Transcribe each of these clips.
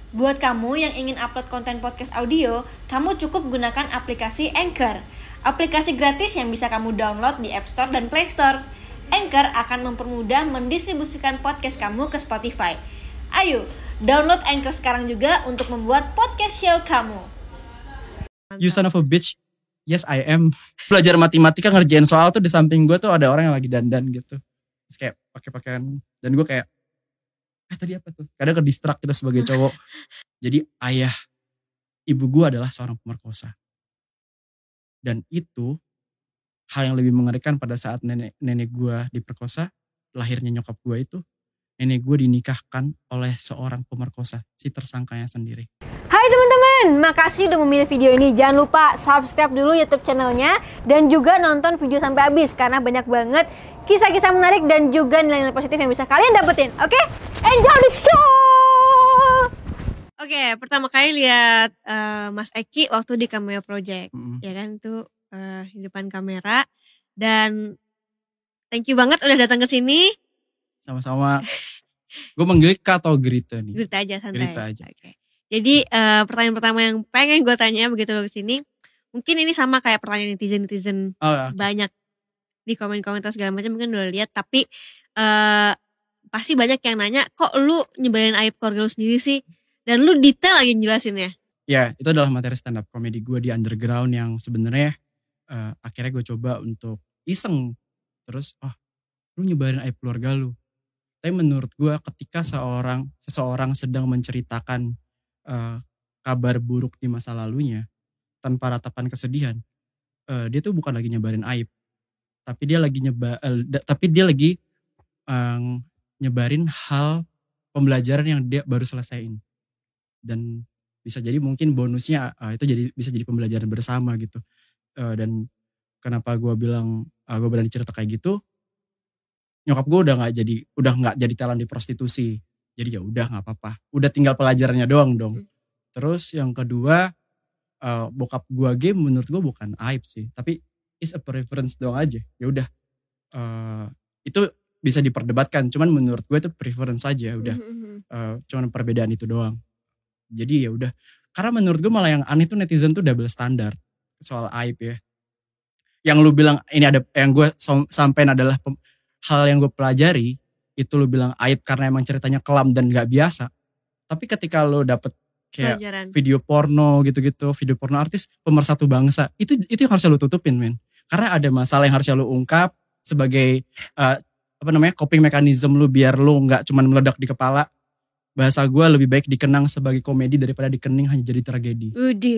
Buat kamu yang ingin upload konten podcast audio, kamu cukup gunakan aplikasi Anchor. Aplikasi gratis yang bisa kamu download di App Store dan Play Store. Anchor akan mempermudah mendistribusikan podcast kamu ke Spotify. Ayo, download Anchor sekarang juga untuk membuat podcast show kamu. You son of a bitch. Yes, I am. Belajar matematika ngerjain soal tuh di samping gue tuh ada orang yang lagi dandan gitu. Terus kayak pakai pakaian dan gue kayak tadi apa tuh? Kadang ke distract kita sebagai cowok. Jadi ayah ibu gue adalah seorang pemerkosa. Dan itu hal yang lebih mengerikan pada saat nenek gue diperkosa, lahirnya nyokap gue itu, nenek gue dinikahkan oleh seorang pemerkosa, si tersangkanya sendiri. Hai teman-teman, makasih udah memilih video ini. Jangan lupa subscribe dulu YouTube channelnya dan juga nonton video sampai habis karena banyak banget kisah-kisah menarik dan juga nilai-nilai positif yang bisa kalian dapetin. Oke? Enjoy the show! Oke, pertama kali lihat Mas Eki waktu di Cameo Project. Ya kan, itu di depan kamera. Dan thank you banget udah datang ke sini. Sama-sama. Gue manggil Kak atau Grita nih? Grita aja, santai. Grita aja. Oke. Jadi pertanyaan pertama yang pengen gue tanya begitu lo kesini, mungkin ini sama kayak pertanyaan netizen banyak di komen-komentar segala macam mungkin udah lihat, tapi pasti banyak yang nanya, kok lu nyebarin aib keluarga lu sendiri sih, dan lu detail lagi jelasinnya. Ya, itu adalah materi stand up komedi gue di underground yang sebenarnya akhirnya gue coba untuk iseng, terus lu nyebarin aib keluarga lu. Tapi menurut gue ketika seseorang sedang menceritakan kabar buruk di masa lalunya tanpa ratapan kesedihan, dia tuh bukan lagi nyebarin aib, tapi dia lagi nyebarin hal pembelajaran yang dia baru selesaiin, dan bisa jadi mungkin bonusnya itu bisa jadi pembelajaran bersama gitu. Dan kenapa gue bilang gue berani cerita kayak gitu, nyokap gue udah nggak jadi talent di prostitusi, jadi ya udah nggak apa-apa, udah tinggal pelajarannya doang dong. Terus yang kedua, bokap gue game menurut gue bukan aib sih, tapi is a preference doang aja. Ya udah, itu bisa diperdebatkan, cuman menurut gue itu preference aja, udah. Cuman perbedaan itu doang. Jadi ya udah, karena menurut gue malah yang aneh tuh netizen tuh double standar soal aib ya. Yang lu bilang ini ada, yang gue sampein adalah hal yang gue pelajari, itu lu bilang aib karena emang ceritanya kelam dan gak biasa. Tapi ketika lu dapet kayak pelajaran. Video porno gitu-gitu, video porno artis pemersatu bangsa, itu yang harusnya lu tutupin, men. Karena ada masalah yang harusnya lu ungkap sebagai coping mechanism lu biar lu nggak cuman meledak di kepala. Bahasa gue lebih baik dikenang sebagai komedi daripada dikening hanya jadi tragedi.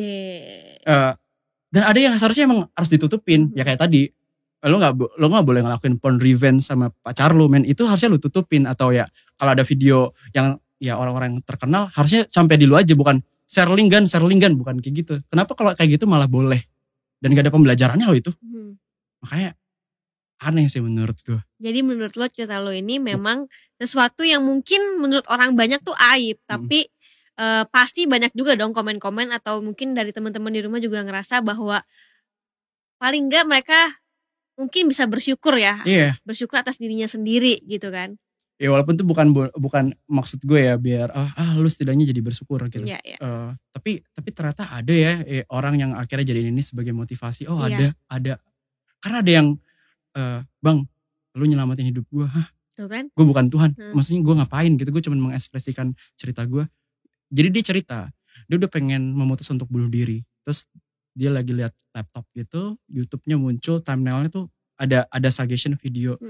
Dan ada yang seharusnya emang harus ditutupin. Ya kayak tadi, lo nggak boleh ngelakuin porn revenge sama pacar lu, men. Itu harusnya lu tutupin. Atau ya kalau ada video yang ya orang-orang yang terkenal, harusnya sampai di lu aja, bukan share link gan, bukan kayak gitu. Kenapa kalau kayak gitu malah boleh dan gak ada pembelajarannya lo itu? Makanya aneh sih menurut gue. Jadi menurut lo cerita lo ini memang sesuatu yang mungkin menurut orang banyak tuh aib, tapi pasti banyak juga dong komen-komen atau mungkin dari teman-teman di rumah juga ngerasa bahwa paling enggak mereka mungkin bisa bersyukur ya, bersyukur atas dirinya sendiri gitu kan. Ya walaupun itu bukan maksud gue ya biar lu setidaknya jadi bersyukur gitu. Tapi ternyata ada ya orang yang akhirnya jadiin ini sebagai motivasi. Ada. Karena ada yang bang, lu nyelamatin hidup gue. Tuh kan? Gue bukan Tuhan. Maksudnya gue ngapain gitu, gue cuma mengekspresikan cerita gue. Jadi dia cerita, dia udah pengen memutus untuk bunuh diri. Terus dia lagi lihat laptop gitu, YouTube-nya muncul thumbnailnya tuh ada suggestion video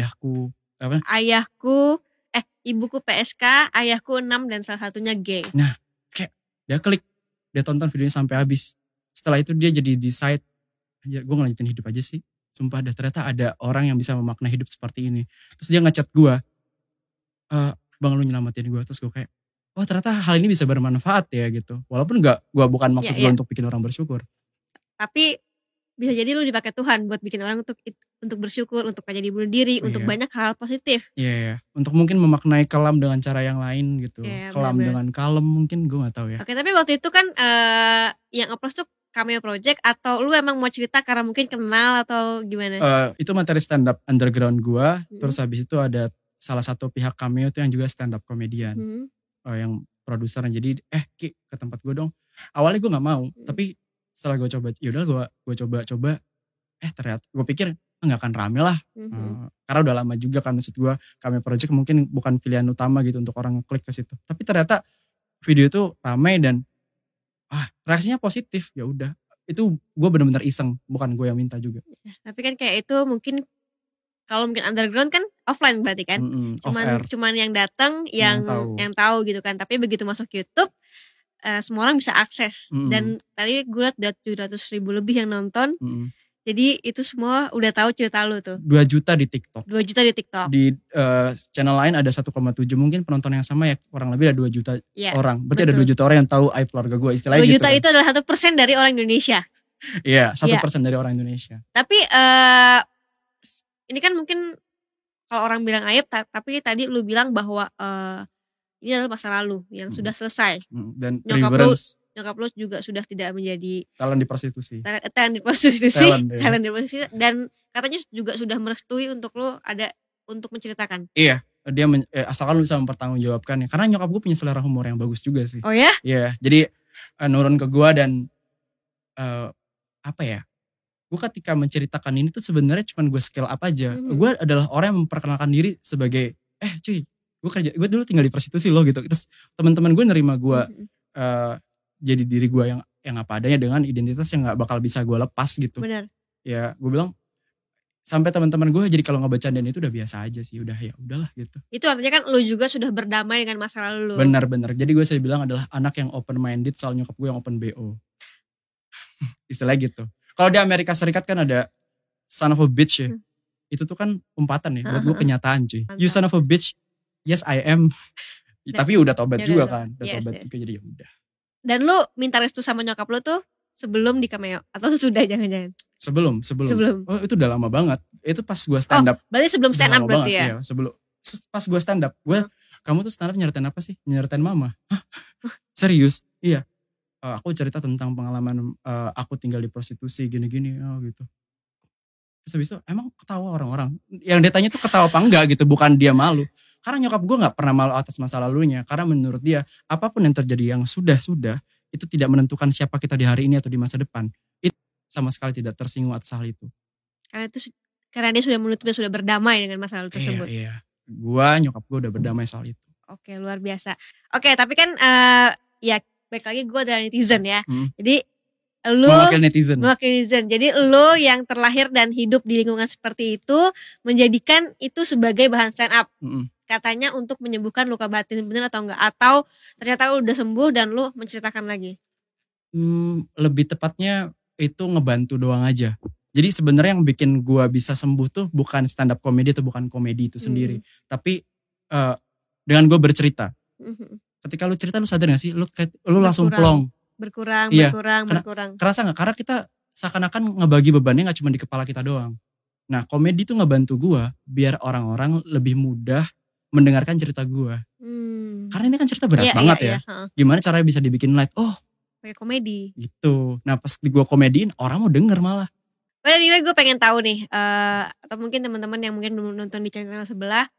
ibuku PSK, ayahku 6 dan salah satunya gay. Nah, kayak dia klik, dia tonton videonya sampai habis. Setelah itu dia jadi decide, anjir gue ngelanjutin hidup aja sih. Sumpah ternyata ada orang yang bisa memaknai hidup seperti ini. Terus dia ngechat gue, bang lu nyelamatin gue. Terus gue kayak, ternyata hal ini bisa bermanfaat ya gitu. Walaupun gue bukan maksud gue untuk bikin orang bersyukur. Tapi bisa jadi lu dipakai Tuhan buat bikin orang untuk bersyukur, untuk gak jadi bunuh diri, untuk banyak hal positif. Iya. Untuk mungkin memaknai kelam dengan cara yang lain gitu. Kelam dengan kalem mungkin, gue gak tahu ya. Oke, tapi waktu itu kan yang upload tuh Cameo Project, atau lu emang mau cerita karena mungkin kenal atau gimana? Itu materi stand up underground gue. Terus habis itu ada salah satu pihak Cameo tuh yang juga stand up komedian. Yang produsernya. Jadi Ki ke tempat gue dong. Awalnya gue nggak mau, tapi setelah gue coba, yaudah gue coba ternyata gue pikir nggak akan rame lah. Karena udah lama juga kan, maksud gue Kami Project mungkin bukan pilihan utama gitu untuk orang ngeklik ke situ. Tapi ternyata video itu ramai dan reaksinya positif. Ya udah, itu gue benar-benar iseng, bukan gue yang minta juga. Tapi kan kayak itu mungkin kalau mungkin underground kan offline berarti kan, cuman yang datang yang tahu gitu kan. Tapi begitu masuk YouTube, semua orang bisa akses. Dan tadi gue liat udah 700.000 lebih yang nonton. Jadi itu semua udah tahu cerita lu tuh. 2 juta di TikTok. 2 juta di TikTok. Di channel lain ada 1,7, mungkin penonton yang sama ya kurang lebih ada 2 juta orang. Berarti betul. Ada 2 juta orang yang tahu aib keluarga gue, istilahnya 2 juta gitu. Itu adalah 1% dari orang Indonesia. Iya, 1% dari orang Indonesia. Tapi ini kan mungkin kalau orang bilang aib, tapi tadi lu bilang bahwa ini adalah masa lalu yang sudah selesai. Dan nyokap lu juga sudah tidak menjadi talent di prostitusi. Talent di prostitusi. Dan katanya juga sudah merestui untuk lu ada untuk menceritakan. Iya, dia asalkan lu bisa mempertanggungjawabkannya. Karena nyokap gue punya selera humor yang bagus juga sih. Oh ya? Iya, jadi nurun ke gue dan gue ketika menceritakan ini tuh sebenarnya cuma gue scale up aja. Gue adalah orang yang memperkenalkan diri sebagai cuy, gue dulu tinggal di prostitusi loh gitu. Terus teman-teman gue nerima gue jadi diri gue yang apa adanya dengan identitas yang nggak bakal bisa gue lepas gitu. Benar. Ya gue bilang sampai teman-teman gue jadi kalau ngebacain itu udah biasa aja sih, udah ya udahlah gitu. Itu artinya kan lu juga sudah berdamai dengan masa lalu lu. Benar. Jadi saya bilang adalah anak yang open minded, soal nyokap gue yang open BO. Istilah gitu. Kalau di Amerika Serikat kan ada son of a bitch ya. Itu tuh kan umpatan ya, buat gue kenyataan cuy. You son of a bitch, yes I am. Tapi udah tobat juga kan, tobat juga, jadi ya udah. Dan lu minta restu sama nyokap lu tuh sebelum di Cameo atau sudah jangan-jangan? Sebelum. Oh itu udah lama banget. Itu pas gue stand up. Berarti sebelum stand up berarti ya? Iya, pas gue stand up. Kamu tuh stand up nyeritain apa sih? Nyeritain mama. Hah? Serius? Iya. Aku cerita tentang pengalaman aku tinggal di prostitusi gini-gini gitu. Terus habis itu emang ketawa orang-orang. Yang dia tanya tuh ketawa apa enggak gitu, bukan dia malu. Karena nyokap gue gak pernah malu atas masa lalunya. Karena menurut dia apapun yang terjadi yang sudah itu tidak menentukan siapa kita di hari ini atau di masa depan. Itu sama sekali tidak tersinggung atas hal itu. Karena dia sudah menutup, sudah berdamai dengan masa lalu tersebut. Iya. Nyokap gue udah berdamai soal itu. Oke, luar biasa. Oke, tapi kan baik lagi gue adalah netizen ya. Jadi lu mewakili netizen. Jadi lu yang terlahir dan hidup di lingkungan seperti itu menjadikan itu sebagai bahan stand up. Katanya untuk menyembuhkan luka batin, bener atau enggak? Atau ternyata lu udah sembuh dan lu menceritakan lagi? Lebih tepatnya itu ngebantu doang aja. Jadi sebenarnya yang bikin gue bisa sembuh tuh bukan stand up comedy atau bukan komedi itu sendiri, tapi dengan gue bercerita. Ketika lu cerita lu sadar gak sih? Lu langsung plong. Berkurang. Kerasa gak? Karena kita seakan-akan ngebagi bebannya gak cuma di kepala kita doang. Nah komedi tuh ngebantu gue biar orang-orang lebih mudah mendengarkan cerita gue. Karena ini kan cerita berat banget ya. Gimana caranya bisa dibikin light? Kayak komedi. Gitu. Nah pas gue komediin orang mau denger malah. Anyway gue pengen tahu nih. Atau mungkin teman-teman yang mungkin belum nonton di channel sebelah.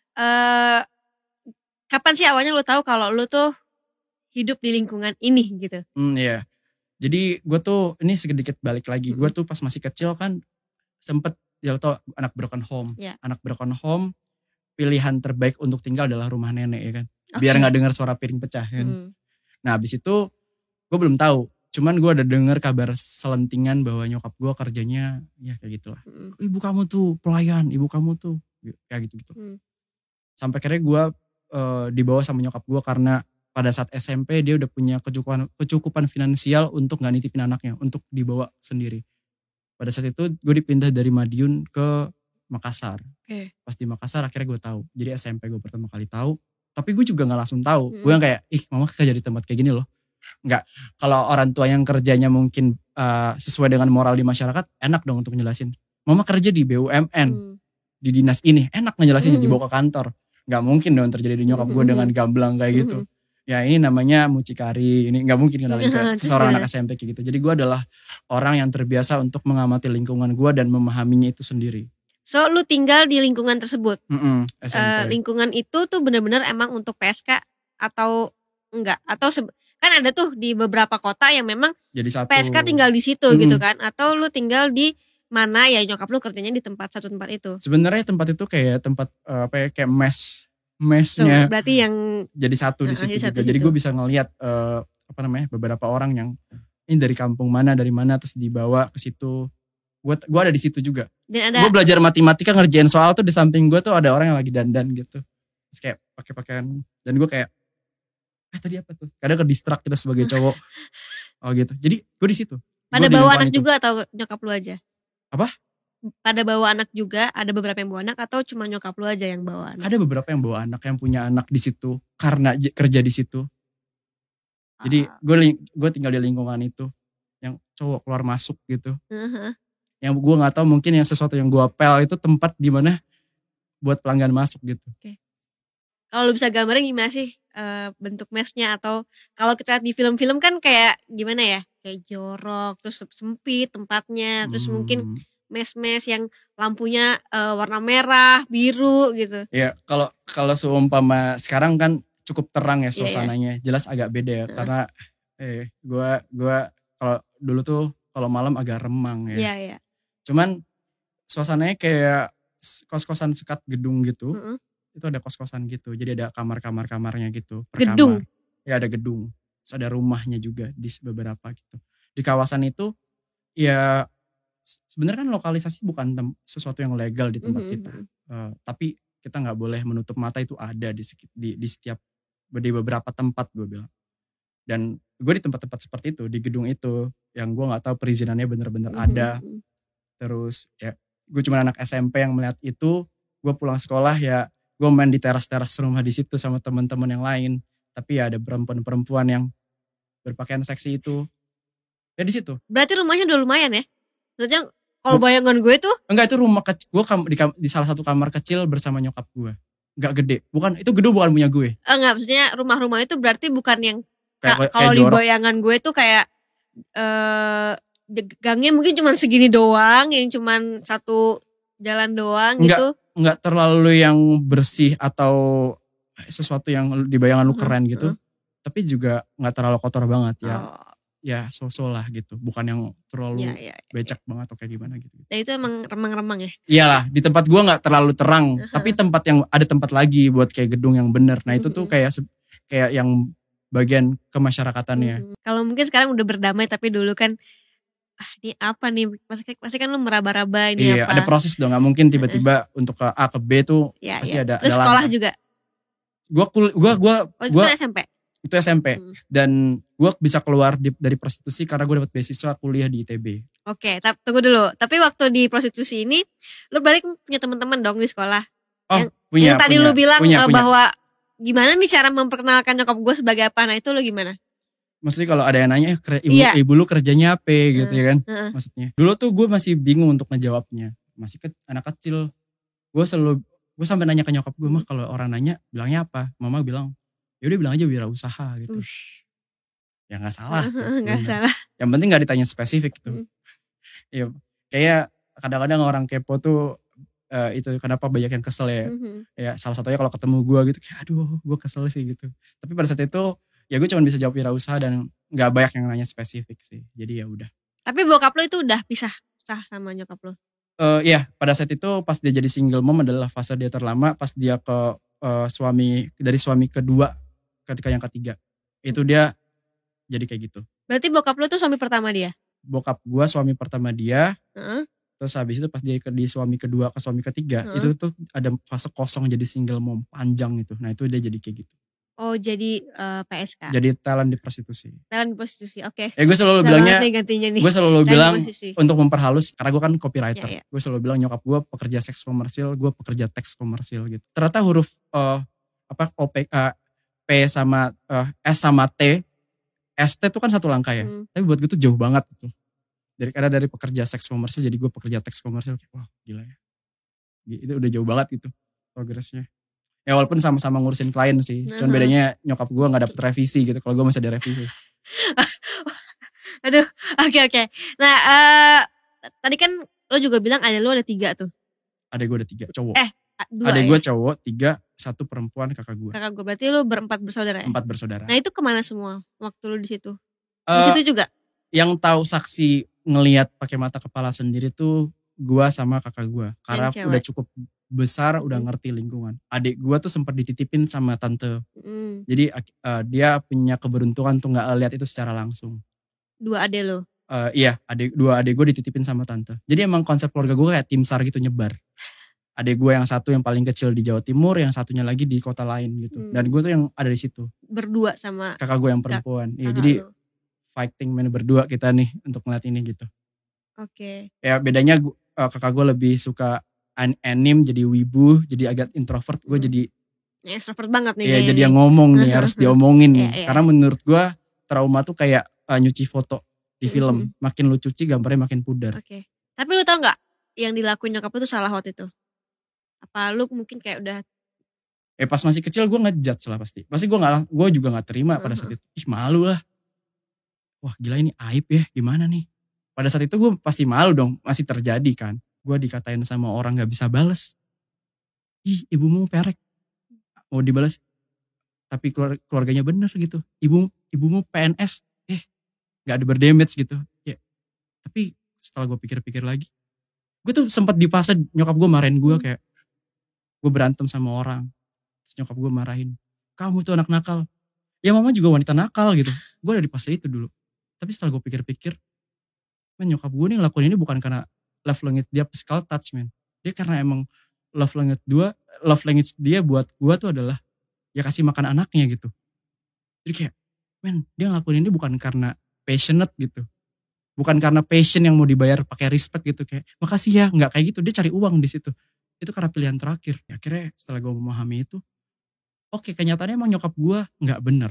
Kapan sih awalnya lu tahu kalau lu tuh hidup di lingkungan ini gitu? Iya. Jadi gue tuh ini sedikit balik lagi. Gue tuh pas masih kecil kan sempet ya tau anak broken home. Anak broken home pilihan terbaik untuk tinggal adalah rumah nenek ya kan. Biar gak dengar suara piring pecah kan. Nah abis itu gue belum tahu. Cuman gue ada dengar kabar selentingan bahwa nyokap gue kerjanya ya kayak gitulah. Ibu kamu tuh pelayan, ibu kamu tuh kayak gitu-gitu. Sampai akhirnya gue dibawa sama nyokap gue karena pada saat SMP dia udah punya kecukupan finansial untuk gak nitipin anaknya, untuk dibawa sendiri. Pada saat itu gue dipindah dari Madiun ke Makassar. Pas di Makassar akhirnya gue tahu. Jadi SMP gue pertama kali tahu. Tapi gue juga gak langsung tahu. Gue yang kayak, mama kerja di tempat kayak gini loh. Enggak. Kalau orang tua yang kerjanya mungkin sesuai dengan moral di masyarakat, enak dong untuk ngejelasin. Mama kerja di BUMN, di dinas ini. Enak ngejelasinnya, dibawa ke kantor. Gak mungkin dong terjadi di nyokap gue dengan gamblang kayak gitu. Ya ini namanya mucikari. Ini gak mungkin kenalin ke seorang anak SMP kayak gitu. Jadi gue adalah orang yang terbiasa untuk mengamati lingkungan gue dan memahaminya itu sendiri. So lu tinggal di lingkungan tersebut. SMP. Lingkungan itu tuh benar-benar emang untuk PSK atau enggak? Atau kan ada tuh di beberapa kota yang memang Jadi satu. PSK tinggal di situ gitu kan? Atau lu tinggal di mana ya nyokap lu kerjanya di satu tempat itu? Sebenarnya tempat itu kayak tempat kayak mesnya. Berarti yang jadi satu di situ juga. Jadi gue bisa ngelihat beberapa orang yang ini dari kampung mana, dari mana, terus dibawa ke situ. Gue ada di situ juga. Gue belajar matematika ngerjain soal tuh di samping gue tuh ada orang yang lagi dandan gitu. Terus kayak pakai pakaian dan gue kayak tadi apa tuh? Kadang ke distract kita sebagai cowok. Oh gitu. Jadi gue di situ. Pada bawa anak juga atau nyokap lu aja? Apa? Pada bawa anak juga, ada beberapa yang bawa anak atau cuma nyokap lu aja yang bawa anak? Ada beberapa yang bawa anak, yang punya anak di situ karena kerja di situ. Jadi gue tinggal di lingkungan itu yang cowok keluar masuk gitu. Yang gue nggak tahu mungkin yang sesuatu yang gue apel itu tempat di mana buat pelanggan masuk gitu. Okay. Kalau lu bisa gambarin gimana sih bentuk mesnya, atau kalau kita lihat di film-film kan kayak gimana ya, kayak jorok, terus sempit tempatnya, terus mungkin mes-mes yang lampunya warna merah, biru gitu. Iya, kalau seumpama sekarang kan cukup terang ya suasananya. Jelas agak beda ya karena gue kalau dulu tuh kalau malam agak remang ya. Iya. Cuman suasananya kayak kos-kosan sekat gedung gitu. Itu ada kos-kosan gitu. Jadi ada kamar-kamarnya gitu. Gedung? Ya ada gedung. Terus ada rumahnya juga di beberapa gitu. Di kawasan itu ya sebenarnya kan lokalisasi bukan sesuatu yang legal di tempat kita. Tapi kita nggak boleh menutup mata itu ada di setiap di beberapa tempat gue bilang. Dan gue di tempat-tempat seperti itu, di gedung itu yang gue nggak tahu perizinannya bener-bener ada. Terus ya gue cuma anak SMP yang melihat itu. Gue pulang sekolah ya gue main di teras-teras rumah di situ sama teman-teman yang lain. Tapi ya ada perempuan-perempuan yang berpakaian seksi itu. Ya di situ. Berarti rumahnya udah lumayan ya? Maksudnya kalau bayangan gue tuh enggak, itu rumah kecil. Gue di salah satu kamar kecil bersama nyokap gue. Enggak gede. Bukan, itu gedung bukan punya gue. Enggak, maksudnya rumah-rumah itu berarti bukan yang kalau di bayangan gue tuh kayak gangnya mungkin cuma segini doang, yang cuma satu jalan doang gitu. Enggak terlalu yang bersih atau sesuatu yang di bayangan lu keren gitu. Tapi juga enggak terlalu kotor banget ya. Ya so-so lah gitu, bukan yang terlalu becek banget atau kayak gimana gitu. Nah itu emang remang-remang ya? Iyalah, di tempat gua nggak terlalu terang, tapi tempat yang ada tempat lagi buat kayak gedung yang bener. Nah itu tuh kayak yang bagian kemasyarakatannya. Kalau mungkin sekarang udah berdamai, tapi dulu kan ini apa nih? Pasti kan lu meraba-raba ini apa? Iya, ada proses dong, nggak mungkin tiba-tiba untuk ke A ke B tuh pasti ada. Terus sekolah juga? Gua itu kan SMP? Itu SMP. Dan gue bisa keluar dari prostitusi karena gue dapat beasiswa kuliah di ITB. Oke, tunggu dulu. Tapi waktu di prostitusi ini, lu balik punya teman-teman dong di sekolah? Punya. Yang tadi lu bilang bahwa gimana nih cara memperkenalkan nyokap gue sebagai apa? Nah itu lu gimana? Maksudnya kalau ada yang nanya, ibu lu kerjanya apa gitu ya kan? Maksudnya. Dulu tuh gue masih bingung untuk ngejawabnya. Masih anak kecil. Gue sampai nanya ke nyokap gue, mah kalau orang nanya bilangnya apa? Mama bilang, ya udah bilang aja wirausaha gitu. Ya nggak salah. Nggak salah. Yang penting nggak ditanya spesifik gitu. Ya kayak kadang-kadang orang kepo tuh itu kenapa banyak yang kesel ya. Ya salah satunya kalau ketemu gue gitu, kayak aduh gue kesel sih gitu. Tapi pada saat itu ya gue cuma bisa jawab wirausaha dan nggak banyak yang nanya spesifik sih. Jadi ya udah. Tapi bokap lo itu udah pisah sama nyokap lo? Iya, pada saat itu pas dia jadi single mom adalah fase dia terlama. Pas dia ke dari suami kedua ketika yang ketiga itu dia jadi kayak gitu. Berarti bokap lu tuh suami pertama dia? Bokap gua suami pertama dia. Terus habis itu pas dia di suami kedua ke suami ketiga, itu tuh ada fase kosong jadi single mom panjang itu. Nah itu dia jadi kayak gitu. Oh jadi PSK. Jadi talent di prostitusi. Talent di prostitusi, oke. Gue selalu bilangnya, gue selalu bilang untuk memperhalus, karena gue kan copywriter. Gue selalu bilang nyokap gue pekerja seks komersil, gue pekerja teks komersil gitu. Ternyata huruf P sama S sama T, ST itu kan satu langkah ya. Tapi buat gue tuh jauh banget gitu. Karena dari pekerja seks komersil jadi gue pekerja teks komersil. Wah gila ya. Itu udah jauh banget gitu progresnya. Ya walaupun sama-sama ngurusin klien sih. Cuman bedanya nyokap gue gak dapet revisi gitu. Kalau gue masih ada revisi. Aduh, oke. Nah, tadi kan lo juga bilang ada lo ada 3 tuh. Ada gue ada 3 cowok. Dua Adek ya? gue cowok 3, 1 perempuan kakak gue. Kakak gue, berarti lu berempat bersaudara ya? 4 bersaudara. Nah itu kemana semua waktu lu di situ? Di Eh, situ juga? Yang tahu saksi ngelihat pakai mata kepala sendiri tuh gua sama kakak gua. Karena Yang udah cewek. cukup besar, udah ngerti lingkungan. Adik gua tuh sempat dititipin sama tante. Jadi dia punya keberuntungan tuh nggak lihat itu secara langsung. Dua adek lo? Iya, dua adik gue dititipin sama tante. Jadi emang konsep keluarga gue kayak tim SAR gitu, nyebar. Adik gue yang satu yang paling kecil di Jawa Timur, yang satunya lagi di kota lain gitu. Dan gue tuh yang ada di situ. Berdua sama kakak gue yang perempuan. Iya, kakak jadi lu. fighting man berdua kita nih untuk ngeliat ini gitu. Oke. Ya bedanya kakak gue lebih suka anim, jadi wibu, jadi agak introvert. Gue jadi extrovert banget nih. ya jadi yang ngomong nih, harus diomongin nih. Iya. Karena menurut gue trauma tuh kayak nyuci foto di film. Makin lu cuci gambarnya makin pudar. Oke. Tapi lu tau gak yang dilakuin nyokap lu tuh salah waktu itu? Apa lu mungkin kayak udah pas masih kecil gue ngejudge lah pasti. Pasti gue juga gak terima pada saat itu. Ih, malu lah. Wah gila ini aib ya, gimana nih. Pada saat itu gue pasti malu dong, masih terjadi kan. Gue dikatain sama orang gak bisa bales. Ih, ibumu perek. Mau dibales. Tapi keluarganya bener gitu. Ibumu PNS. Gak ada berdamage gitu. Ya. Tapi setelah gue pikir-pikir lagi, gue tuh sempat di fase nyokap gue marahin gue kayak, gue berantem sama orang. Terus nyokap gue marahin, kamu tuh anak nakal. Ya mama juga wanita nakal gitu. Gue ada di fase itu dulu. Tapi setelah gue pikir-pikir, nyokap gue nih ngelakuin ini bukan karena love language dia physical touch, man. Dia karena emang love language dia buat gue tuh adalah ya kasih makan anaknya gitu. Jadi kayak, dia ngelakuin ini bukan karena passionate gitu. Bukan karena passion yang mau dibayar pakai respect gitu, kayak makasih ya, nggak kayak gitu. Dia cari uang di situ. Itu karena pilihan terakhir. Ya, akhirnya setelah gue memahami itu, oke, kenyataannya emang nyokap gue nggak bener.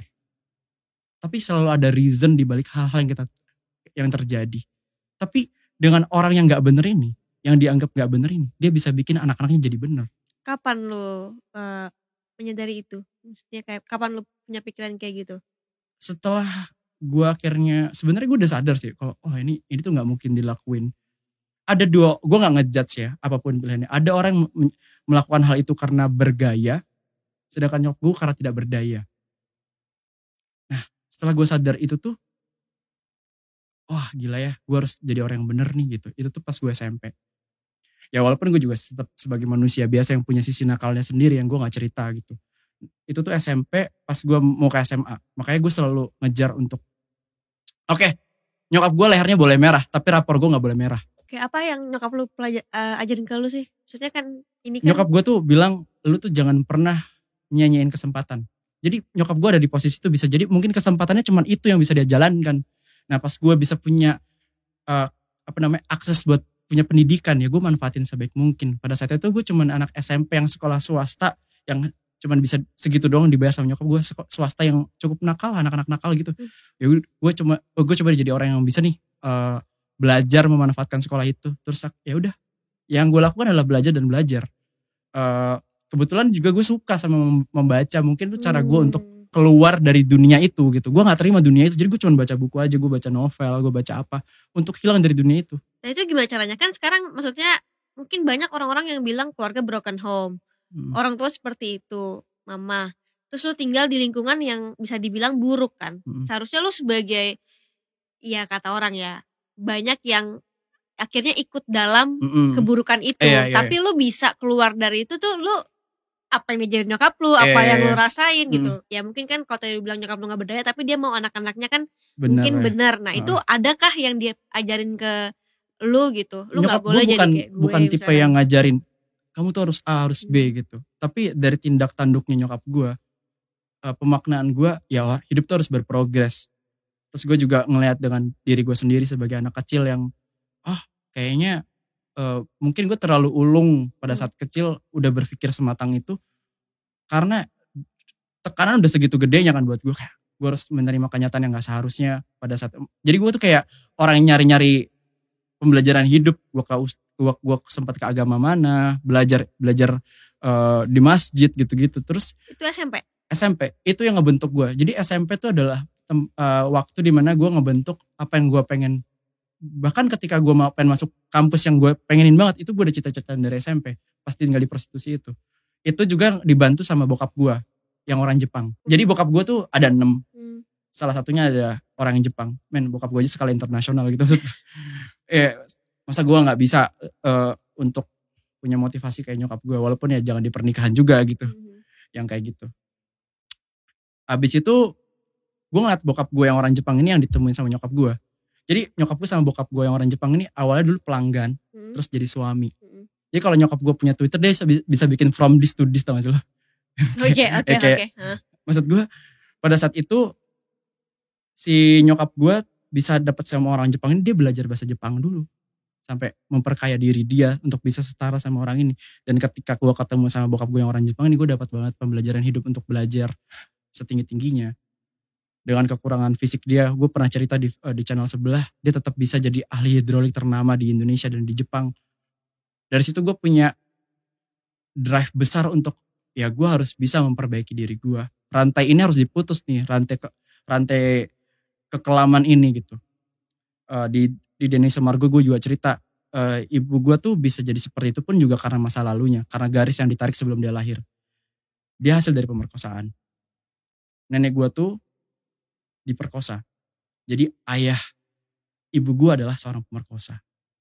Tapi selalu ada reason di balik hal-hal yang terjadi. Tapi dengan orang yang nggak bener ini, yang dianggap nggak bener ini, dia bisa bikin anak-anaknya jadi bener. Kapan lu menyadari itu? Maksudnya kayak kapan lu punya pikiran kayak gitu? Setelah gue akhirnya, sebenarnya gue udah sadar sih kalau ini tuh nggak mungkin dilakuin. Ada gue nggak ngejudge ya apapun pilihannya. Ada orang yang melakukan hal itu karena bergaya, sedangkan nyokap gue karena tidak berdaya. Nah setelah gue sadar itu tuh, wah gila ya, gue harus jadi orang yang bener nih gitu. Itu tuh pas gue SMP. Ya walaupun gue juga tetap sebagai manusia biasa yang punya sisi nakalnya sendiri yang gue gak cerita gitu. Itu tuh SMP pas gue mau ke SMA. Makanya gue selalu ngejar untuk, oke, nyokap gue lehernya boleh merah, tapi rapor gue gak boleh merah. Oke, apa yang nyokap lu ajarin ke lu sih? Maksudnya kan ini kan. Nyokap gue tuh bilang, lu tuh jangan pernah nyanyiin kesempatan. Jadi nyokap gue ada di posisi itu, bisa jadi mungkin kesempatannya cuma itu yang bisa dia jalankan. Nah pas gue bisa punya akses buat punya pendidikan, ya gue manfaatin sebaik mungkin. Pada saat itu gue cuman anak SMP yang sekolah swasta, yang cuman bisa segitu doang dibayar sama nyokap gue, swasta yang cukup nakal, anak-anak nakal gitu. Ya gue coba jadi orang yang bisa nih belajar memanfaatkan sekolah itu. Terus ya udah, yang gue lakukan adalah belajar dan belajar. Kebetulan juga gue suka sama membaca, mungkin itu cara gue untuk keluar dari dunia itu gitu. Gue gak terima dunia itu, jadi gue cuma baca buku aja, gue baca novel, gue baca apa, untuk hilang dari dunia itu. Nah itu gimana caranya? Kan sekarang maksudnya mungkin banyak orang-orang yang bilang keluarga broken home. Orang tua seperti itu, mama. Terus lu tinggal di lingkungan yang bisa dibilang buruk kan. Seharusnya lu sebagai, ya kata orang ya, banyak yang akhirnya ikut dalam keburukan itu. Tapi lu bisa keluar dari itu tuh lu apa yang diajarin nyokap lu, apa yang lu rasain gitu. Ya mungkin kan kalau tadi lu bilang nyokap lu gak berdaya, tapi dia mau anak-anaknya kan mungkin benar. Nah itu adakah yang dia ajarin ke lu gitu? Lu nyokap gak boleh jadi kayak gue. Bukan tipe misalkan yang ngajarin, kamu tuh harus A, harus B gitu. Tapi dari tindak tanduknya nyokap gue, pemaknaan gue, ya hidup tuh harus berprogres. Terus gue juga ngelihat dengan diri gue sendiri sebagai anak kecil yang, kayaknya mungkin gue terlalu ulung pada saat kecil, udah berpikir sematang itu, karena tekanan udah segitu gedenya kan buat gue, kayak gue harus menerima kenyataan yang gak seharusnya pada saat. Jadi gue tuh kayak orang yang nyari-nyari pembelajaran hidup. Gue sempat ke agama mana, belajar di masjid gitu-gitu. Terus itu SMP itu yang ngebentuk gue. Jadi SMP tuh adalah waktu dimana gue ngebentuk apa yang gue pengen bahkan ketika gue mau pengen masuk kampus yang gue pengenin banget, itu gue udah cita-citaan dari SMP pas tinggal di prostitusi itu juga dibantu sama bokap gue yang orang Jepang. Jadi bokap gue tuh ada 6, salah satunya ada orang yang Jepang. Men, bokap gue aja skala internasional gitu. Masa gue nggak bisa untuk punya motivasi kayak nyokap gue, walaupun ya jangan di pernikahan juga gitu, yang kayak gitu. Abis itu gue ngeliat bokap gue yang orang Jepang ini yang ditemuin sama nyokap gue. Jadi nyokap gue sama bokap gue yang orang Jepang ini awalnya dulu pelanggan, terus jadi suami. Jadi kalau nyokap gue punya Twitter, dia bisa bikin from this to this, tau gak sih lo? Oke. Maksud gue pada saat itu si nyokap gue bisa dapat sama orang Jepang ini, dia belajar bahasa Jepang dulu sampai memperkaya diri dia untuk bisa setara sama orang ini. Dan ketika gue ketemu sama bokap gue yang orang Jepang ini, gue dapat banget pembelajaran hidup untuk belajar setinggi-tingginya. Dengan kekurangan fisik dia, gue pernah cerita di channel sebelah, dia tetap bisa jadi ahli hidrolik ternama di Indonesia dan di Jepang. Dari situ gue punya drive besar untuk, ya gue harus bisa memperbaiki diri gue. Rantai ini harus diputus nih, rantai kekelaman ini gitu. Di Denny Semargo gue juga cerita, ibu gue tuh bisa jadi seperti itu pun juga karena masa lalunya, karena garis yang ditarik sebelum dia lahir. Dia hasil dari pemerkosaan. Nenek gue tuh diperkosa. Jadi ayah ibu gue adalah seorang pemerkosa.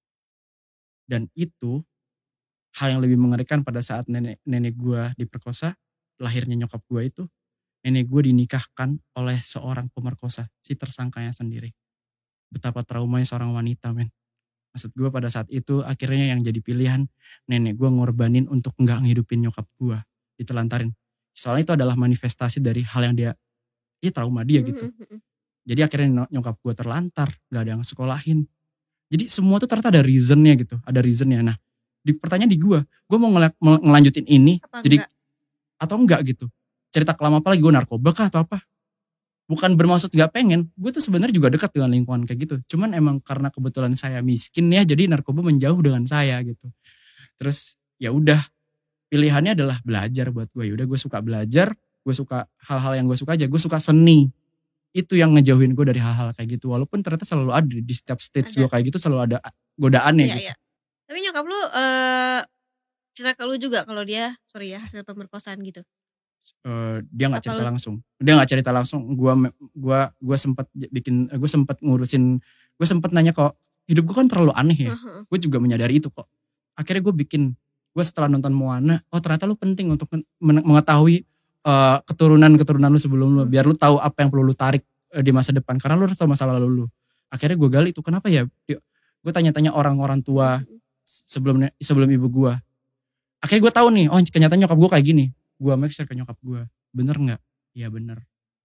Dan itu hal yang lebih mengerikan pada saat nenek gue diperkosa, lahirnya nyokap gue itu, nenek gue dinikahkan oleh seorang pemerkosa, si tersangkanya sendiri. Betapa traumanya seorang wanita, men. Maksud gue pada saat itu akhirnya yang jadi pilihan nenek gue ngorbanin untuk nggak ngehidupin nyokap gue, ditelantarin. Soalnya itu adalah manifestasi dari hal yang dia trauma dia gitu. Jadi akhirnya nyokap gue terlantar, gak ada yang sekolahin. Jadi semua tuh ternyata ada reasonnya gitu, ada reasonnya. Nah, pertanyaan di gue mau ngelanjutin ini apa jadi enggak? Atau enggak gitu. Cerita kelam apa lagi, gue narkoba kah atau apa? Bukan bermaksud gak pengen, gue tuh sebenarnya juga dekat dengan lingkungan kayak gitu. Cuman emang karena kebetulan saya miskin ya, jadi narkoba menjauh dengan saya gitu. Terus ya udah, pilihannya adalah belajar buat gue. Yaudah, gue suka belajar, gue suka hal-hal yang gue suka aja, gue suka seni. Itu yang ngejauhin gue dari hal-hal kayak gitu. Walaupun ternyata selalu ada di setiap stage gue kayak gitu, selalu ada godaannya gitu. Iya. Tapi nyokap lu cerita ke lu juga kalau dia hasil pemerkosaan gitu? Dia nggak cerita langsung. Dia nggak cerita langsung. Gue sempat ngurusin. Gue sempat nanya kok, hidup gue kan terlalu aneh ya. Gue juga menyadari itu kok. Akhirnya gue setelah nonton Moana, oh ternyata lu penting untuk mengetahui keturunan lu sebelum lu, biar lu tahu apa yang perlu lu tarik di masa depan, karena lu harus tahu masa lalu lu. Akhirnya gue gali itu kenapa ya, gue tanya-tanya orang-orang tua sebelum ibu gue. Akhirnya gue tahu nih, oh kenyataannya nyokap gue kayak gini. Gue make sure ke nyokap gue, bener nggak? Iya bener.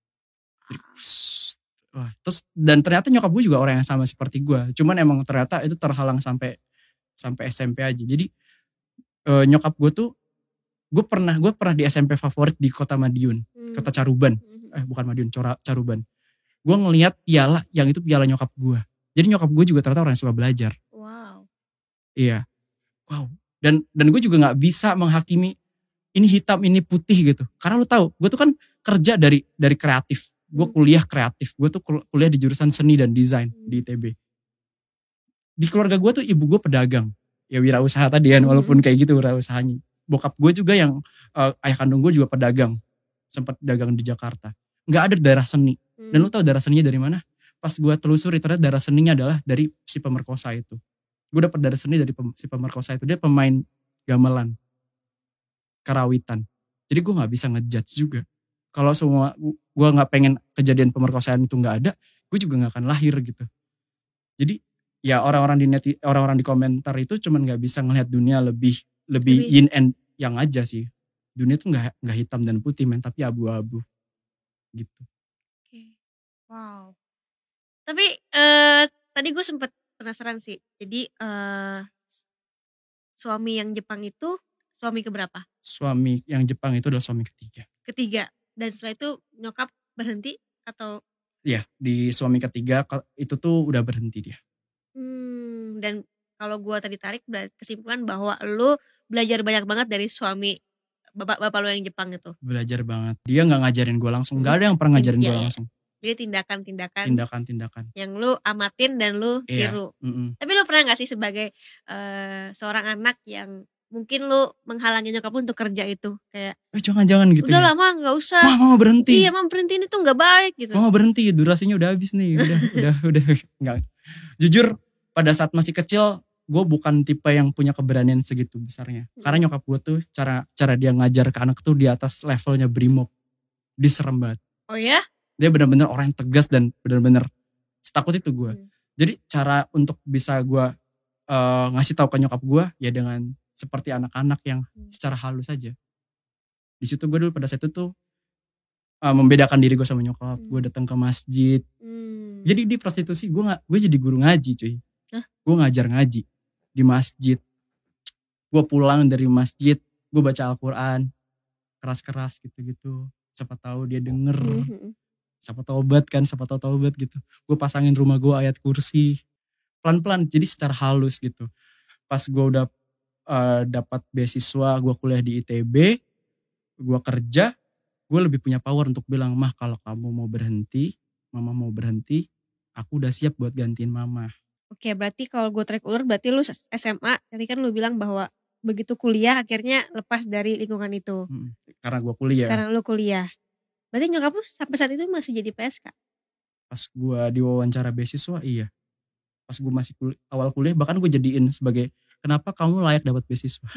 Wah, terus dan ternyata nyokap gue juga orang yang sama seperti gue, cuman emang ternyata itu terhalang sampai SMP aja. Jadi nyokap gue tuh, gue pernah di SMP favorit di kota Madiun, kota Caruban, bukan Madiun, Caruban. Gue ngelihat piala yang itu piala nyokap gue. Jadi nyokap gue juga ternyata orang yang suka belajar. Wow. Iya, wow. Dan gue juga nggak bisa menghakimi ini hitam ini putih gitu. Karena lu tahu, gue tuh kan kerja dari kreatif. Gue kuliah kreatif. Gue tuh kuliah di jurusan seni dan desain di ITB. Di keluarga gue tuh ibu gue pedagang. Ya wirausaha tadi kan, walaupun kayak gitu wirausahanya. Bokap gue juga yang ayah kandung gue juga pedagang, sempat dagang di Jakarta. Nggak ada darah seni. Dan lu tahu darah seninya dari mana? Pas gue telusuri ternyata darah seninya adalah dari si pemerkosa itu. Gue dapet darah seni dari si pemerkosa itu. Dia pemain gamelan, karawitan. Jadi gue nggak bisa ngejudge juga. Kalau semua gue nggak pengen kejadian pemerkosaan itu nggak ada, gue juga nggak akan lahir gitu. Jadi ya orang-orang di komentar itu cuman nggak bisa ngelihat dunia lebih yin and yang aja sih. Dunia tuh nggak hitam dan putih men, tapi abu-abu gitu. Wow. Tapi tadi gue sempet penasaran sih. Jadi suami yang Jepang itu suami keberapa? Suami yang Jepang itu adalah suami ketiga. Dan setelah itu nyokap berhenti atau? Iya, di suami ketiga itu tuh udah berhenti dia. Dan kalau gue tadi tarik kesimpulan bahwa lu belajar banyak banget dari suami bapak lu yang Jepang itu. Belajar banget. Dia nggak ngajarin gue langsung. Nggak ada yang pernah ngajarin gue langsung. Jadi tindakan-tindakan tindakan-tindakan. yang lu amatin dan lu Iya. tiru. Tapi lu pernah gak sih sebagai seorang anak yang mungkin lu menghalangi nyokap lu untuk kerja itu? Kayak Jangan-jangan gitu udah ya. lama gak usah. Mama berhenti. Iya, Mama berhenti, ini tuh gak baik gitu. Mama berhenti, durasinya udah habis nih. Udah. Enggak. Jujur pada saat masih kecil gue bukan tipe yang punya keberanian segitu besarnya. Karena nyokap gue tuh cara dia ngajar ke anak tuh di atas levelnya Brimob. Dia serem banget. Oh ya? Dia benar-benar orang yang tegas dan benar-benar setakut itu gue. Jadi cara untuk bisa gue ngasih tahu ke nyokap gue ya dengan seperti anak-anak yang secara halus saja. Di situ gue dulu pada saat itu tuh membedakan diri gue sama nyokap. Gue datang ke masjid. Jadi di prostitusi gue jadi guru ngaji cuy. Gue ngajar ngaji di masjid. Gue pulang dari masjid, gue baca Al-Quran keras-keras gitu-gitu. Siapa tahu dia denger. Siapa taubat gitu. Gue pasangin rumah gue ayat kursi. Pelan-pelan, jadi secara halus gitu. Pas gue udah dapat beasiswa, gue kuliah di ITB, gue kerja, gue lebih punya power untuk bilang, Mah kalau kamu mau berhenti, Mama mau berhenti, aku udah siap buat gantiin Mama. Oke, berarti kalau gue tarik ulur, berarti lu SMA, tadi kan lu bilang bahwa begitu kuliah akhirnya lepas dari lingkungan itu. Karena gue kuliah. Karena lu kuliah. Berarti nyokap lu sampai saat itu masih jadi PSK? Pas gue diwawancara beasiswa, iya. Pas gue masih awal kuliah, bahkan gue jadiin sebagai, kenapa kamu layak dapat beasiswa?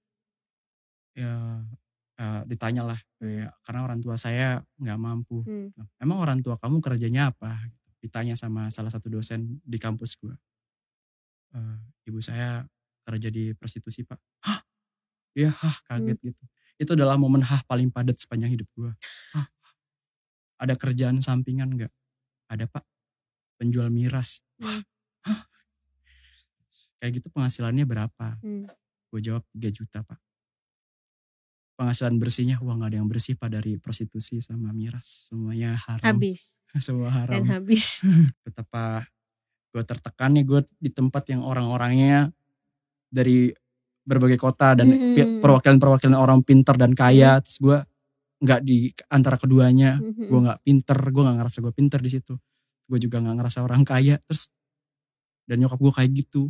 Ya ditanya lah, karena orang tua saya gak mampu. Emang orang tua kamu kerjanya apa? Ditanya sama salah satu dosen di kampus gue. Ibu saya kerja di prostitusi Pak. Hah? Ya kaget gitu. Itu adalah momen paling padat sepanjang hidup gue. Ada kerjaan sampingan gak? Ada Pak, penjual miras. Kayak gitu penghasilannya berapa? Gue jawab 3 juta Pak. Penghasilan bersihnya, gak ada yang bersih Pak dari prostitusi sama miras. Semuanya haram. Habis. Semua haram. Dan habis. Betapa gue tertekan nih, gue di tempat yang orang-orangnya dari berbagai kota dan perwakilan-perwakilan orang pintar dan kaya. Terus gue gak di antara keduanya. Gue gak pinter, gue gak ngerasa gue pinter di situ. Gue juga gak ngerasa orang kaya. Terus dan nyokap gue kayak gitu.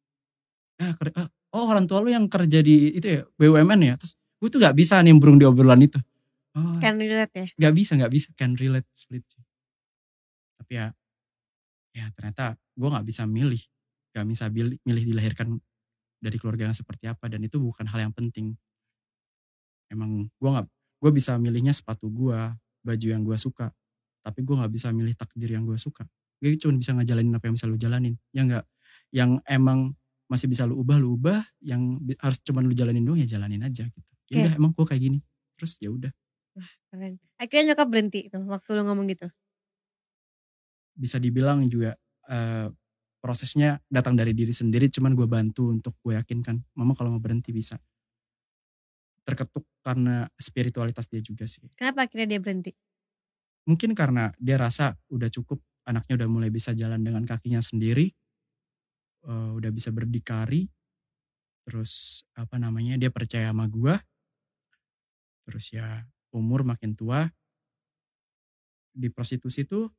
Orang tua lu yang kerja di itu ya BUMN ya. Terus gue tuh gak bisa nimbrung di obrolan itu. Can relate ya? Gak bisa can relate split. Tapi ya ternyata gue gak bisa milih. Gak bisa milih dilahirkan dari keluarga yang seperti apa. Dan itu bukan hal yang penting. Emang gue bisa milihnya sepatu gue, baju yang gue suka. Tapi gue gak bisa milih takdir yang gue suka. Gue cuma bisa ngejalanin apa yang bisa lu jalanin. Yang emang masih bisa lu ubah, yang harus cuma lu jalanin doang ya jalanin aja gitu. Ya udah emang gue kayak gini. Terus ya udah. Wah, keren. Akhirnya nyokap berhenti tuh waktu lu ngomong gitu. Bisa dibilang juga prosesnya datang dari diri sendiri, cuman gue bantu untuk gue yakinkan Mama kalau mau berhenti bisa. Terketuk karena spiritualitas dia juga sih. Kenapa akhirnya dia berhenti? Mungkin karena dia rasa udah cukup, anaknya udah mulai bisa jalan dengan kakinya sendiri, udah bisa berdikari, terus dia percaya sama gue, terus ya umur makin tua, di prostitusi tuh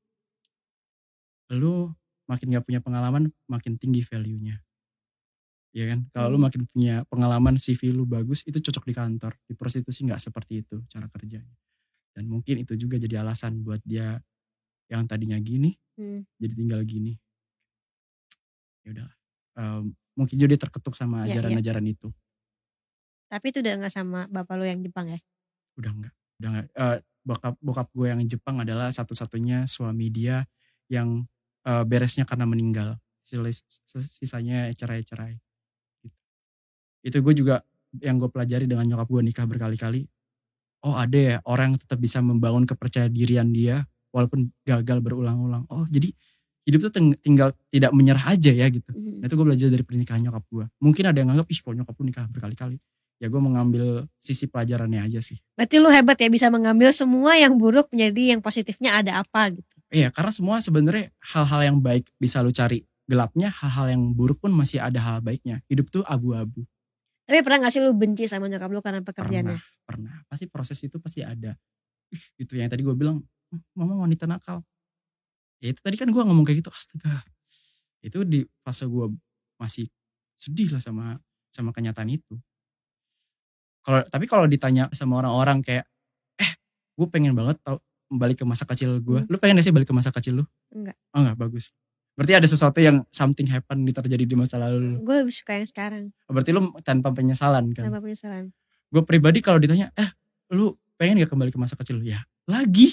lu makin gak punya pengalaman, makin tinggi value-nya. Ya kan? Kalau lu makin punya pengalaman, CV lu bagus, itu cocok di kantor. Di prostitusi gak seperti itu cara kerjanya. Dan mungkin itu juga jadi alasan buat dia yang tadinya gini, jadi tinggal gini. Ya udah. Mungkin juga dia terketuk sama ajaran-ajaran itu. Tapi itu udah gak sama bapak lu yang Jepang ya? Udah enggak. Bokap gue yang Jepang adalah satu-satunya suami dia yang beresnya karena meninggal. Sisanya cerai-cerai. Gitu. Itu gue juga yang gue pelajari dengan nyokap gue nikah berkali-kali. Oh ada ya orang yang tetap bisa membangun kepercayaan dirian dia walaupun gagal berulang-ulang. Oh jadi hidup tuh tinggal tidak menyerah aja ya gitu. Nah itu gue belajar dari pernikahan nyokap gue. Mungkin ada yang nganggap, kok nyokap lu nikah berkali-kali. Ya gue mengambil sisi pelajarannya aja sih. Berarti lu hebat ya bisa mengambil semua yang buruk menjadi yang positifnya ada apa gitu. Iya karena semua sebenarnya hal-hal yang baik bisa lu cari gelapnya, hal-hal yang buruk pun masih ada hal baiknya. Hidup tuh abu-abu. Tapi pernah gak sih lu benci sama nyokap lu karena pekerjaannya? Pernah. Pasti proses itu pasti ada. Gitu yang tadi gue bilang, Mama wanita nakal. Ya itu tadi kan gue ngomong kayak gitu, astaga. Itu di fase gue masih sedih lah sama kenyataan itu. Tapi kalau ditanya sama orang-orang kayak, gue pengen banget tau balik ke masa kecil gue. Lu pengen gak sih balik ke masa kecil lu? Enggak. Oh enggak, bagus. Berarti ada sesuatu yang something happen terjadi di masa lalu lu. Gue lebih suka yang sekarang. Berarti lu tanpa penyesalan kan? Tanpa penyesalan. Gue pribadi kalau ditanya, lu pengen gak kembali ke masa kecil lu? Ya lagi.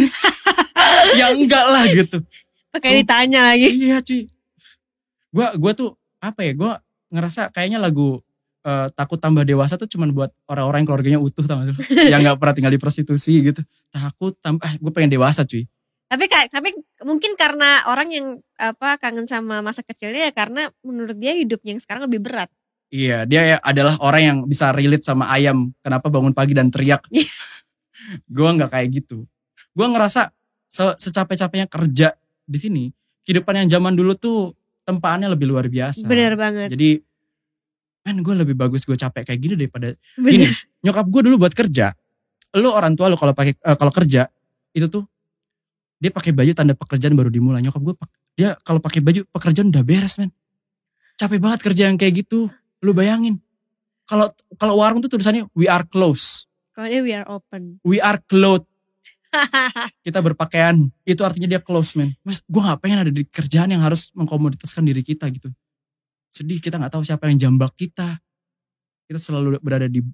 Ya enggak lah gitu. Pakai ditanya lagi. Iya cuy. Gue tuh apa ya? Gue ngerasa kayaknya lagu takut tambah dewasa tuh cuman buat orang-orang yang keluarganya utuh, tau gak sih? Yang gak pernah tinggal di prostitusi gitu. Takut tambah, gue pengen dewasa cuy. Tapi mungkin karena orang yang kangen sama masa kecilnya ya karena menurut dia hidupnya yang sekarang lebih berat. Iya, dia adalah orang yang bisa relate sama ayam. Kenapa bangun pagi dan teriak? Gue nggak kayak gitu. Gue ngerasa secapek-capeknya kerja di sini, kehidupan yang zaman dulu tuh tempaannya lebih luar biasa. Bener banget. Jadi, gue lebih bagus gue capek kayak gini daripada gini. Nyokap gue dulu buat kerja, lu orang tua lu kalau kerja itu tuh dia pakai baju tanda pekerjaan baru dimulai. Nyokap gue dia kalau pakai baju pekerjaan udah beres, men. Capek banget kerja yang kayak gitu. Lu bayangin. Kalau warung tuh tulisannya we are closed. Kalau dia we are open. We are clothed. Kita berpakaian. Itu artinya dia close, man. Mas, gue gak pengen ada di kerjaan yang harus mengkomoditaskan diri kita gitu. Sedih, kita gak tahu siapa yang jambak kita. Kita selalu berada di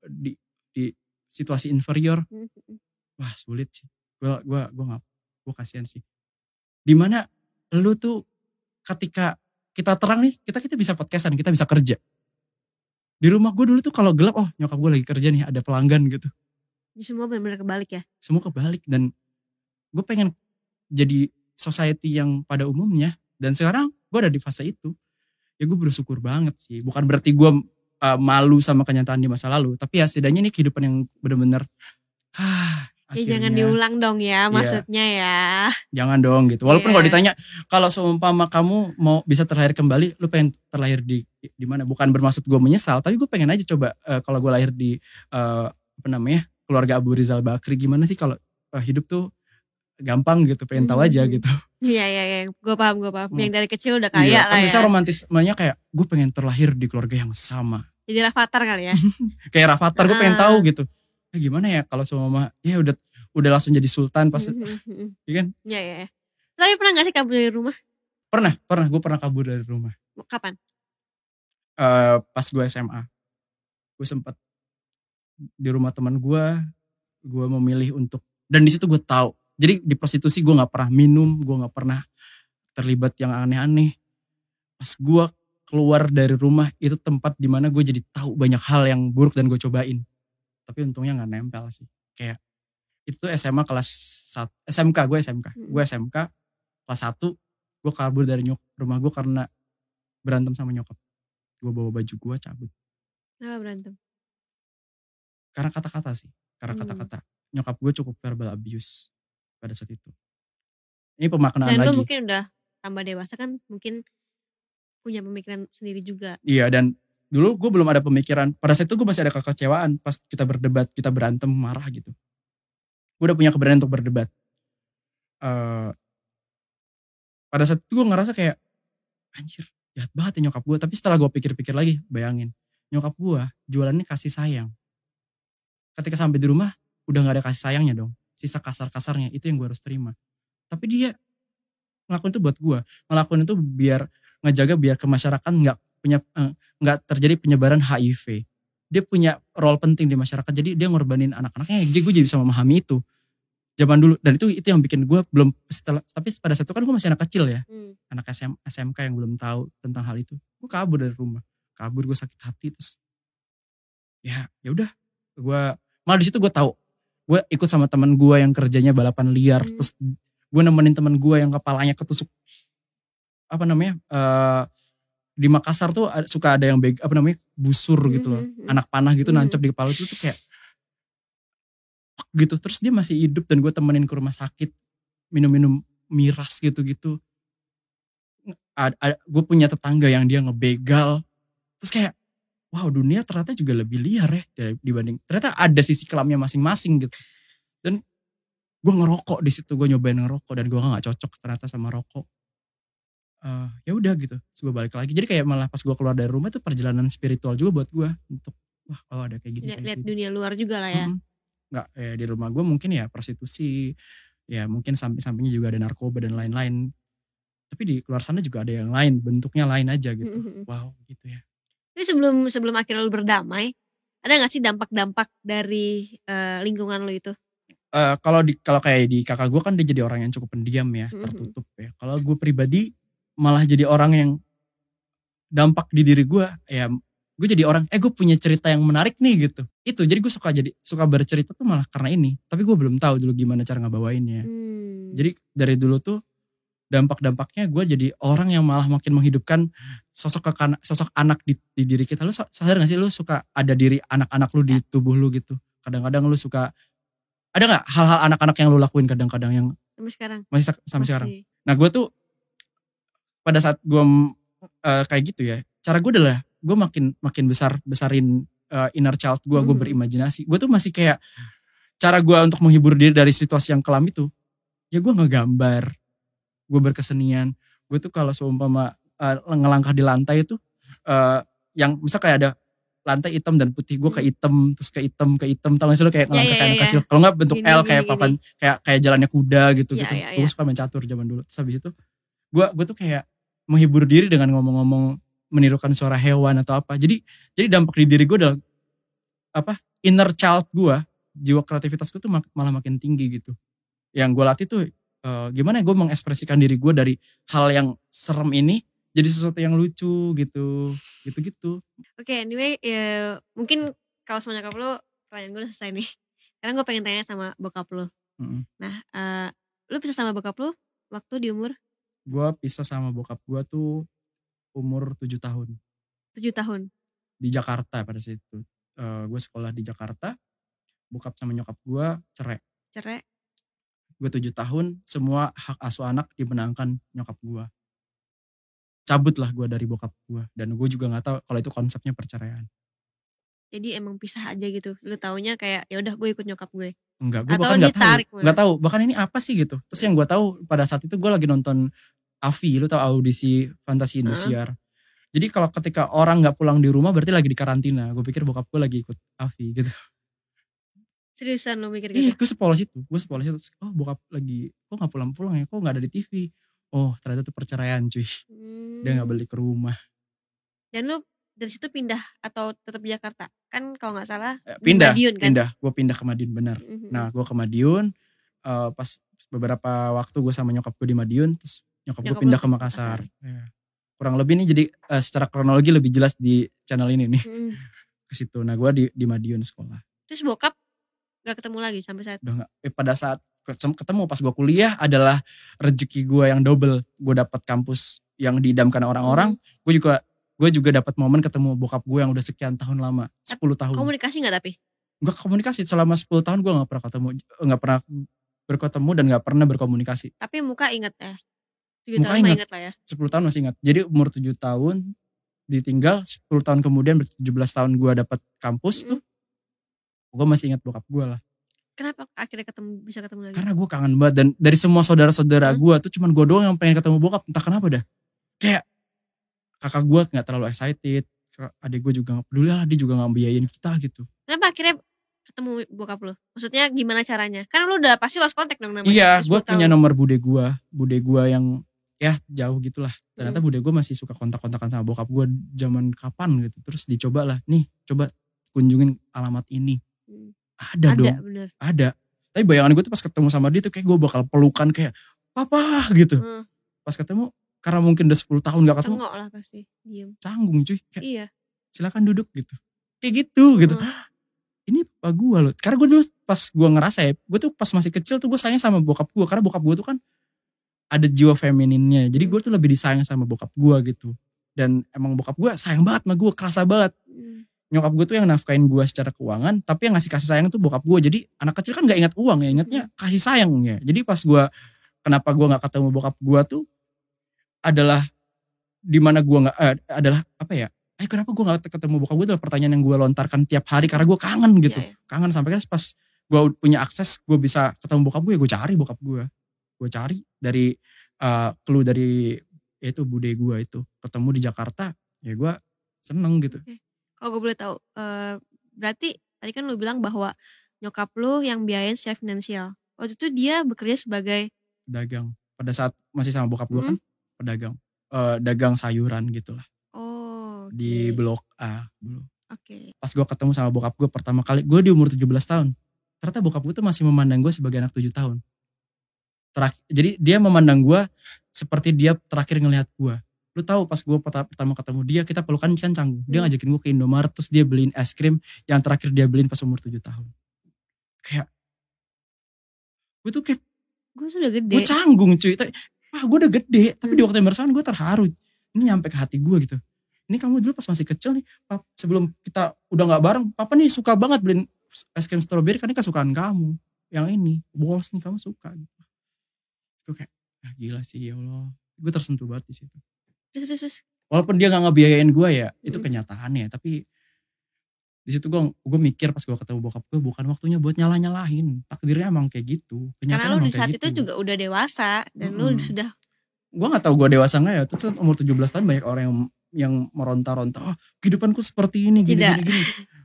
situasi inferior. Wah, sulit sih. Gue kasihan sih. Dimana lu tuh ketika kita terang nih, kita bisa podcastan, kita bisa kerja. Di rumah gue dulu tuh kalau gelap, nyokap gue lagi kerja nih, ada pelanggan gitu. Semua benar-benar kebalik ya? Semua kebalik, dan gue pengen jadi society yang pada umumnya. Dan sekarang gue ada di fase itu. Ya gue bersyukur banget sih. Bukan berarti gue malu sama kenyataan di masa lalu. Tapi ya setidaknya ini kehidupan yang benar-benar ya jangan diulang dong ya, maksudnya ya. Jangan dong gitu. Walaupun kalau ditanya, kalau seumpama kamu mau bisa terlahir kembali, lu pengen terlahir di mana? Bukan bermaksud gue menyesal, tapi gue pengen aja coba kalau gue lahir di keluarga Abu Rizal Bakri, gimana sih kalau hidup tuh gampang gitu, pengen tahu aja gitu. Iya, gue paham. Yang dari kecil udah kaya lah ya. Bisa romantismenya kayak gue pengen terlahir di keluarga yang sama. Jadi Rafathar kali ya. Kayak Rafathar, gue pengen tahu gitu. Gimana ya kalau seumpama ya udah langsung jadi sultan pas iya kan? Iya. Tapi pernah gak sih kabur dari rumah? Pernah, gue pernah kabur dari rumah. Kapan? Pas gue SMA. Gue sempat di rumah teman gue memilih untuk, dan di situ gue tahu. Jadi di prostitusi gue nggak pernah minum, gue nggak pernah terlibat yang aneh-aneh. Pas gue keluar dari rumah, itu tempat dimana gue jadi tahu banyak hal yang buruk dan gue cobain. Tapi untungnya nggak nempel sih. Kayak itu tuh SMA kelas 1, gue SMK kelas 1, gue kabur dari rumah gue karena berantem sama nyokap. Gue bawa baju gue cabut. Kenapa berantem? Karena kata-kata sih. Kata-kata. Nyokap gue cukup verbal abuse pada saat itu. Ini pemaknaan lagi. Dan lu mungkin udah tambah dewasa kan, mungkin punya pemikiran sendiri juga. Iya, dan dulu gue belum ada pemikiran. Pada saat itu gue masih ada kekecewaan pas kita berdebat, kita berantem, marah gitu. Gue udah punya keberanian untuk berdebat. Pada saat itu gue ngerasa kayak, anjir, jahat banget ya nyokap gue. Tapi setelah gue pikir-pikir lagi, bayangin, nyokap gue jualannya kasih sayang. Ketika sampai di rumah, udah gak ada kasih sayangnya dong. Sisa kasar-kasarnya, itu yang gue harus terima. Tapi dia ngelakuin itu buat gue. Ngelakuin itu biar ngejaga biar ke masyarakat nggak terjadi penyebaran HIV. Dia punya role penting di masyarakat. Jadi dia ngorbanin anak-anaknya. Jadi gue jadi bisa memahami itu zaman dulu. Dan itu yang bikin gue belum tapi pada saat itu kan gue masih anak kecil ya. Anak SMK yang belum tahu tentang hal itu. Gue kabur dari rumah. Gue sakit hati terus. Ya udah. Gue malah di situ gue tahu. Gue ikut sama teman gue yang kerjanya balapan liar. Terus gue nemenin teman gue yang kepalanya ketusuk di Makassar tuh suka ada yang busur gitu loh, anak panah gitu nancep di kepala itu tuh kayak gitu. Terus dia masih hidup dan gue temenin ke rumah sakit, minum miras gitu. Gue punya tetangga yang dia ngebegal, terus kayak wow, dunia ternyata juga lebih liar ya dibanding, ternyata ada sisi kelamnya masing-masing gitu. Dan gue ngerokok di situ, gue nyobain ngerokok dan gue nggak cocok ternyata sama rokok. Ya udah gitu, terus gue balik lagi. Jadi kayak malah pas gue keluar dari rumah itu perjalanan spiritual juga buat gue untuk wah kalau ada kayak gini kayak Lihat gini. dunia luar juga lah ya. Nggak di rumah gue mungkin ya prostitusi, ya mungkin samping-sampingnya juga ada narkoba dan lain-lain. Tapi di luar sana juga ada yang lain, bentuknya lain aja gitu. Wow gitu ya. Tapi sebelum akhirnya lu berdamai, ada nggak sih dampak-dampak dari lingkungan lu itu? Kalau kayak di kakak gue kan dia jadi orang yang cukup pendiam ya, tertutup ya. Kalau gue pribadi malah jadi orang yang dampak di diri gue ya, gue jadi orang gue punya cerita yang menarik nih gitu. Itu jadi gue suka bercerita tuh malah karena ini. Tapi gue belum tahu dulu gimana cara ngebawainnya. Jadi dari dulu tuh dampak-dampaknya gue jadi orang yang malah makin menghidupkan sosok anak di diri kita. Lu sadar gak sih lu suka ada diri anak-anak lu di tubuh lu gitu. Kadang-kadang lu suka, ada gak hal-hal anak-anak yang lu lakuin kadang-kadang yang sampai sekarang? Sampai sekarang. Nah gue tuh pada saat gue kayak gitu ya, cara gue adalah gue makin besarin inner child gue berimajinasi. Gue tuh masih kayak cara gue untuk menghibur diri dari situasi yang kelam itu, ya gue ngegambar, gue berkesenian. Gue tuh kalau seumpama ngelangkah di lantai itu yang misal kayak ada lantai hitam dan putih, gue ke hitam terus ke hitam tau gak sih lo kayak ngelangkah kayak anak kecil. Kalau nggak bentuk gini, L kayak papan kayak jalannya kuda gitu. Gue suka main catur zaman dulu. Terus habis itu gue tuh kayak menghibur diri dengan ngomong-ngomong, menirukan suara hewan atau apa. Jadi dampak di diri gue adalah inner child gue, jiwa kreativitas gue tuh malah makin tinggi gitu. Yang gue latih tuh gimana gue mengekspresikan diri gue dari hal yang serem ini jadi sesuatu yang lucu gitu. Oke, anyway ya, mungkin kalau sama nyokap lo pertanyaan gue udah selesai nih. Sekarang gue pengen tanya sama bokap lo. Nah, lo pisah sama bokap lo waktu di umur? Gue pisah sama bokap gue tuh umur 7 tahun. 7 tahun? Di Jakarta pada saat itu. Gue sekolah di Jakarta, bokap sama nyokap gue cerai. Gue 7 tahun, semua hak asuh anak dimenangkan nyokap gue. Cabut lah gue dari bokap gue. Dan gue juga gak tahu kalau itu konsepnya perceraian. Jadi emang pisah aja gitu. Lu taunya kayak ya udah gue ikut nyokap gue. Enggak, gue bahkan nggak tahu. Bahkan ini apa sih gitu. Terus yang gue tahu pada saat itu gue lagi nonton AVI, lu tau audisi Fantasi Indosiar. Jadi kalau ketika orang nggak pulang di rumah berarti lagi di karantina. Gue pikir bokap gue lagi ikut AVI gitu. Seriusan lu mikir gitu? Gue sepolos itu. Oh bokap lagi, kok nggak pulang-pulang ya? Kok nggak ada di TV? Oh ternyata itu perceraian cuy. Dia nggak balik ke rumah. Dan lu dari situ pindah atau tetap di Jakarta? Kan kalau nggak salah pindah, di Madiun kan? Gue pindah ke Madiun benar. Nah gue ke Madiun, pas beberapa waktu gue sama nyokap gue di Madiun, terus nyokap gue pindah ke Makassar. Ya. Kurang lebih nih jadi secara kronologi lebih jelas di channel ini nih. Ke situ. Nah gue di Madiun sekolah. Terus bokap gak ketemu lagi sampai saat? Udah gak. Pada saat ketemu pas gue kuliah adalah rezeki gue yang double. Gue dapat kampus yang diidamkan orang-orang. Gue juga dapat momen ketemu bokap gue yang udah sekian tahun lama, 10 tahun. Komunikasi gak tapi? Gak komunikasi selama 10 tahun gue gak pernah berketemu dan gak pernah berkomunikasi. Tapi muka inget ya? 7 tahun inget lah ya? 10 tahun masih ingat. Jadi umur 7 tahun ditinggal, 10 tahun kemudian 17 tahun gue dapat kampus tuh. Gue masih ingat bokap gue lah. Kenapa akhirnya bisa ketemu lagi? Karena gue kangen banget. Dan dari semua saudara-saudara gue tuh cuman gue doang yang pengen ketemu bokap. Entah kenapa dah. Kayak kakak gue gak terlalu excited. Adik gue juga gak peduli lah. Dia juga gak biayain kita gitu. Kenapa akhirnya ketemu bokap lo? Maksudnya gimana caranya? Kan lo udah pasti lost contact dong namanya. Iya, gue punya nomor bude gue yang ya jauh gitulah. Ternyata bude gue masih suka kontak-kontakan sama bokap gue zaman kapan gitu. Terus dicoba lah, nih coba kunjungin alamat ini. Ada dong, bener. Ada. Tapi bayangan gue tuh pas ketemu sama dia tuh kayak gue bakal pelukan kayak papa gitu. Pas ketemu karena mungkin udah 10 tahun gak ketemu. Tengok lah pasti, diem. Canggung cuy. Kayak, iya. Silakan duduk gitu. Kayak gitu. Ini papa gue loh. Karena gue dulu pas gue ngerasa ya, gue tuh pas masih kecil tuh gue sayang sama bokap gue. Karena bokap gue tuh kan ada jiwa femininnya. Jadi gue tuh lebih disayang sama bokap gue gitu. Dan emang bokap gue sayang banget sama gue, kerasa banget. Nyokap gue tuh yang nafkain gue secara keuangan, tapi yang ngasih kasih sayang tuh bokap gue. Jadi anak kecil kan gak ingat uang ya, ingatnya kasih sayangnya. Jadi pas gue, kenapa gue gak ketemu bokap gue tuh, adalah dimana gue gak, adalah apa ya, kenapa gue gak ketemu bokap gue adalah pertanyaan yang gue lontarkan tiap hari, karena gue kangen gitu. Kangen sampai kan pas gue punya akses, gue bisa ketemu bokap gue, ya gue cari bokap gue cari dari clue dari itu bude gue itu ketemu di Jakarta, ya gue seneng gitu. Oke. Kalau gue boleh tahu, berarti tadi kan lu bilang bahwa nyokap lu yang biayain secara finansial. Waktu itu dia bekerja sebagai Pedagang pada saat masih sama bokap gue kan, Mm-mm. pedagang dagang sayuran gitu lah Oh, di oke. Blok A dulu. Oke. Pas gue ketemu sama bokap gue pertama kali, gue di umur 17 tahun, ternyata bokap gue tuh masih memandang gue sebagai anak 7 tahun. Jadi dia memandang gue seperti dia terakhir ngelihat gue. Lu tahu pas gue pertama ketemu dia, kita pelukan kan canggung. Dia ngajakin gue ke Indomaret, terus dia beliin es krim yang terakhir dia beliin pas umur 7 tahun. Kayak gue tuh kayak Gue sudah gue gede. canggung cuy. Gue udah gede, tapi di waktu yang bersamaan gue terharu. Ini nyampe ke hati gue gitu. Ini kamu dulu pas masih kecil nih, sebelum kita udah nggak bareng, papa nih suka banget beliin es krim stroberi, kan ini kesukaan kamu. Yang ini, bols nih kamu suka gitu. Gue kayak, gila sih ya Allah. Gue tersentuh banget di situ. Terus. Walaupun dia gak ngebiayain gue ya, itu kenyataannya. Tapi di situ gue mikir pas gue ketemu bokap gue, bukan waktunya buat nyalahin. Takdirnya emang kayak gitu. Karena Kenyataannya lu emang di saat kayak itu gitu. juga udah dewasa dan lu sudah Gue gak tahu gue dewasa gak ya. Terus umur 17 tahun banyak orang yang meronta-ronta. Oh, kehidupanku seperti ini, tidak. gini.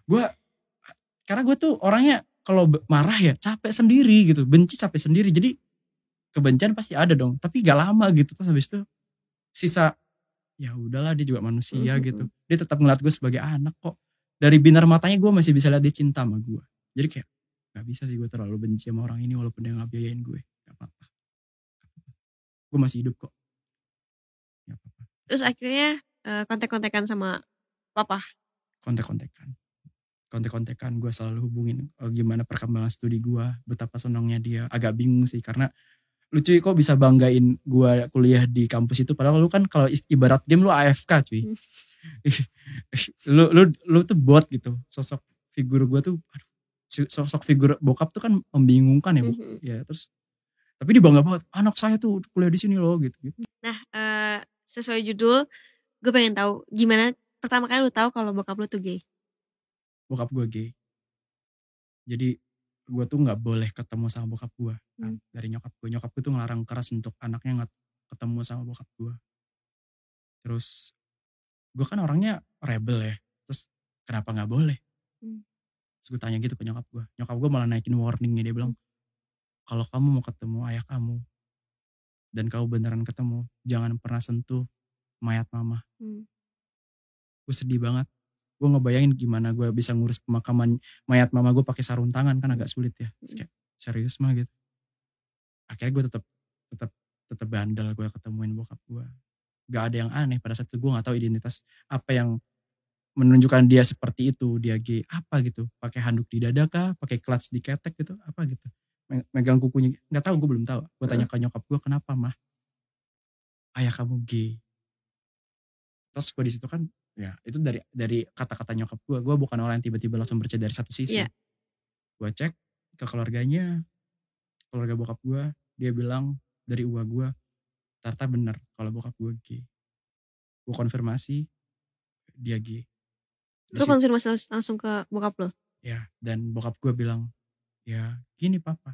Karena gue tuh orangnya kalau marah ya capek sendiri gitu. Benci capek sendiri. Jadi kebencian pasti ada dong. Tapi gak lama gitu. Terus habis itu sisa, ya udahlah dia juga manusia gitu. Dia tetap ngeliat gue sebagai anak kok. Dari binar matanya gue masih bisa lihat dia cinta sama gue. Jadi kayak gak bisa sih gue terlalu benci sama orang ini walaupun dia gak biayain gue. Gak apa-apa. Gue masih hidup kok. Gak apa-apa. Terus akhirnya kontek-kontekan sama papa. Kontek-kontekan gue selalu hubungin gimana perkembangan studi gue, betapa senangnya dia. Agak bingung sih karena lucu kok bisa banggain gue kuliah di kampus itu, padahal lu kan kalau ibarat game lu AFK cuy. lu tuh bot gitu. Sosok figur gue tuh, sosok figur bokap tuh kan membingungkan ya, ya terus tapi dia bangga banget, anak saya tuh kuliah di sini loh gitu. Nah, sesuai judul, gue pengen tahu gimana pertama kali lu tahu kalau bokap lu tuh gay. Bokap gue gay. Jadi gue tuh nggak boleh ketemu sama bokap gue dari nyokap gue tuh ngelarang keras untuk anaknya nggak ketemu sama bokap gue. Terus gue kan orangnya rebel ya, terus kenapa nggak boleh? Terus gue tanya gitu ke nyokap gue malah naikin warningnya, dia bilang kalau kamu mau ketemu ayah kamu dan kamu beneran ketemu, jangan pernah sentuh mayat mama. Gue sedih banget. Gue ngebayangin gimana gue bisa ngurus pemakaman mayat mama gue pakai sarung tangan, kan agak sulit ya. Terus kayak serius mah gitu. Akhirnya gue tetap bandel, gue ketemuin bokap gue. Gak ada yang aneh pada saat itu, gue nggak tahu identitas apa yang menunjukkan dia seperti itu, dia gay apa gitu, pakai handuk di dada kah, pakai clutch di ketek gitu, apa gitu, megang kukunya, nggak tahu, gue belum tahu. Gue tanya ke nyokap gue, kenapa mah ayah kamu gay? Terus gue di situ kan, ya itu dari kata-kata nyokap gue bukan orang yang tiba-tiba langsung percaya dari satu sisi. Gue cek ke keluarganya, keluarga bokap gue, dia bilang dari uang gue, ternyata bener kalau bokap gue gay. Gue konfirmasi, dia gay. Lu konfirmasi langsung ke bokap lo? Ya, dan bokap gue bilang, ya gini papa.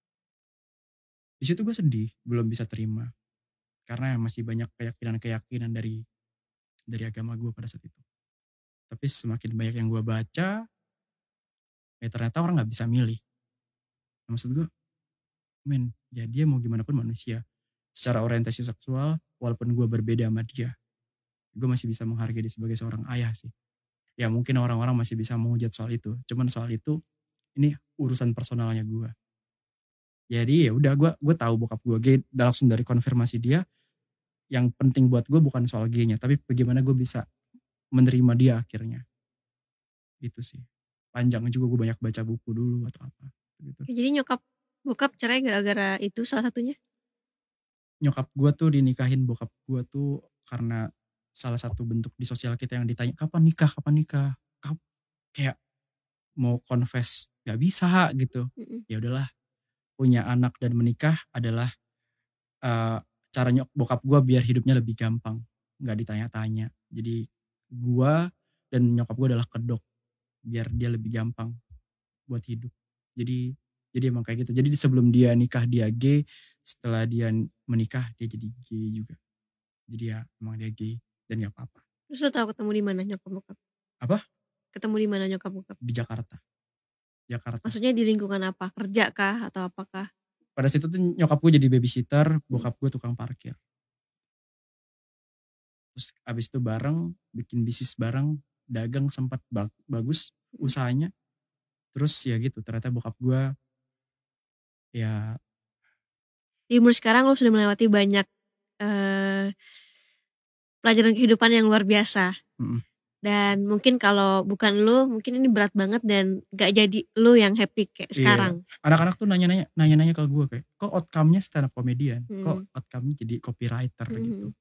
Di situ gue sedih, belum bisa terima. Karena masih banyak keyakinan-keyakinan dari agama gue pada saat itu. Tapi semakin banyak yang gue baca, ya ternyata orang gak bisa milih. Maksud gue, men, ya dia mau gimana pun manusia. Secara orientasi seksual, walaupun gue berbeda sama dia, gue masih bisa menghargai dia sebagai seorang ayah sih. Ya mungkin orang-orang masih bisa menghujat soal itu. Cuman soal itu, ini urusan personalnya gue. Jadi ya udah, gue tahu bokap gue gay, langsung dari konfirmasi dia. Yang penting buat gue bukan soal gay-nya, tapi bagaimana gue bisa menerima dia akhirnya. Itu sih. Panjang juga, gue banyak baca buku dulu atau apa gitu. Jadi bokap cerai gara-gara itu salah satunya? Nyokap gue tuh dinikahin bokap gue tuh karena salah satu bentuk di sosial kita yang ditanya kapan nikah. Kayak mau confess gak bisa gitu. Ya udahlah, punya anak dan menikah adalah cara bokap gue biar hidupnya lebih gampang, nggak ditanya-tanya. Jadi gue dan nyokap gue adalah kedok biar dia lebih gampang buat hidup. Jadi emang kayak gitu. Jadi sebelum dia nikah dia gay, setelah dia menikah dia jadi gay juga. Jadi ya emang dia gay dan gak apa-apa. Terus lo tahu ketemu di mana nyokap bokap? Apa? Ketemu di mana nyokap bokap? Di Jakarta. Maksudnya di lingkungan apa? Kerja kah atau apakah? Pada situ tuh nyokap gue jadi babysitter, bokap gue tukang parkir. Terus abis itu bareng, bikin bisnis bareng, dagang sempat bagus usahanya. Terus ya gitu, ternyata bokap gue ya. Di umur sekarang lo sudah melewati banyak pelajaran kehidupan yang luar biasa. Dan mungkin kalau bukan lo, mungkin ini berat banget dan gak jadi lo yang happy kayak sekarang. Anak-anak tuh nanya-nanya ke gue kayak, kok outcome-nya stand up comedian? Kok outcome-nya jadi copywriter gitu?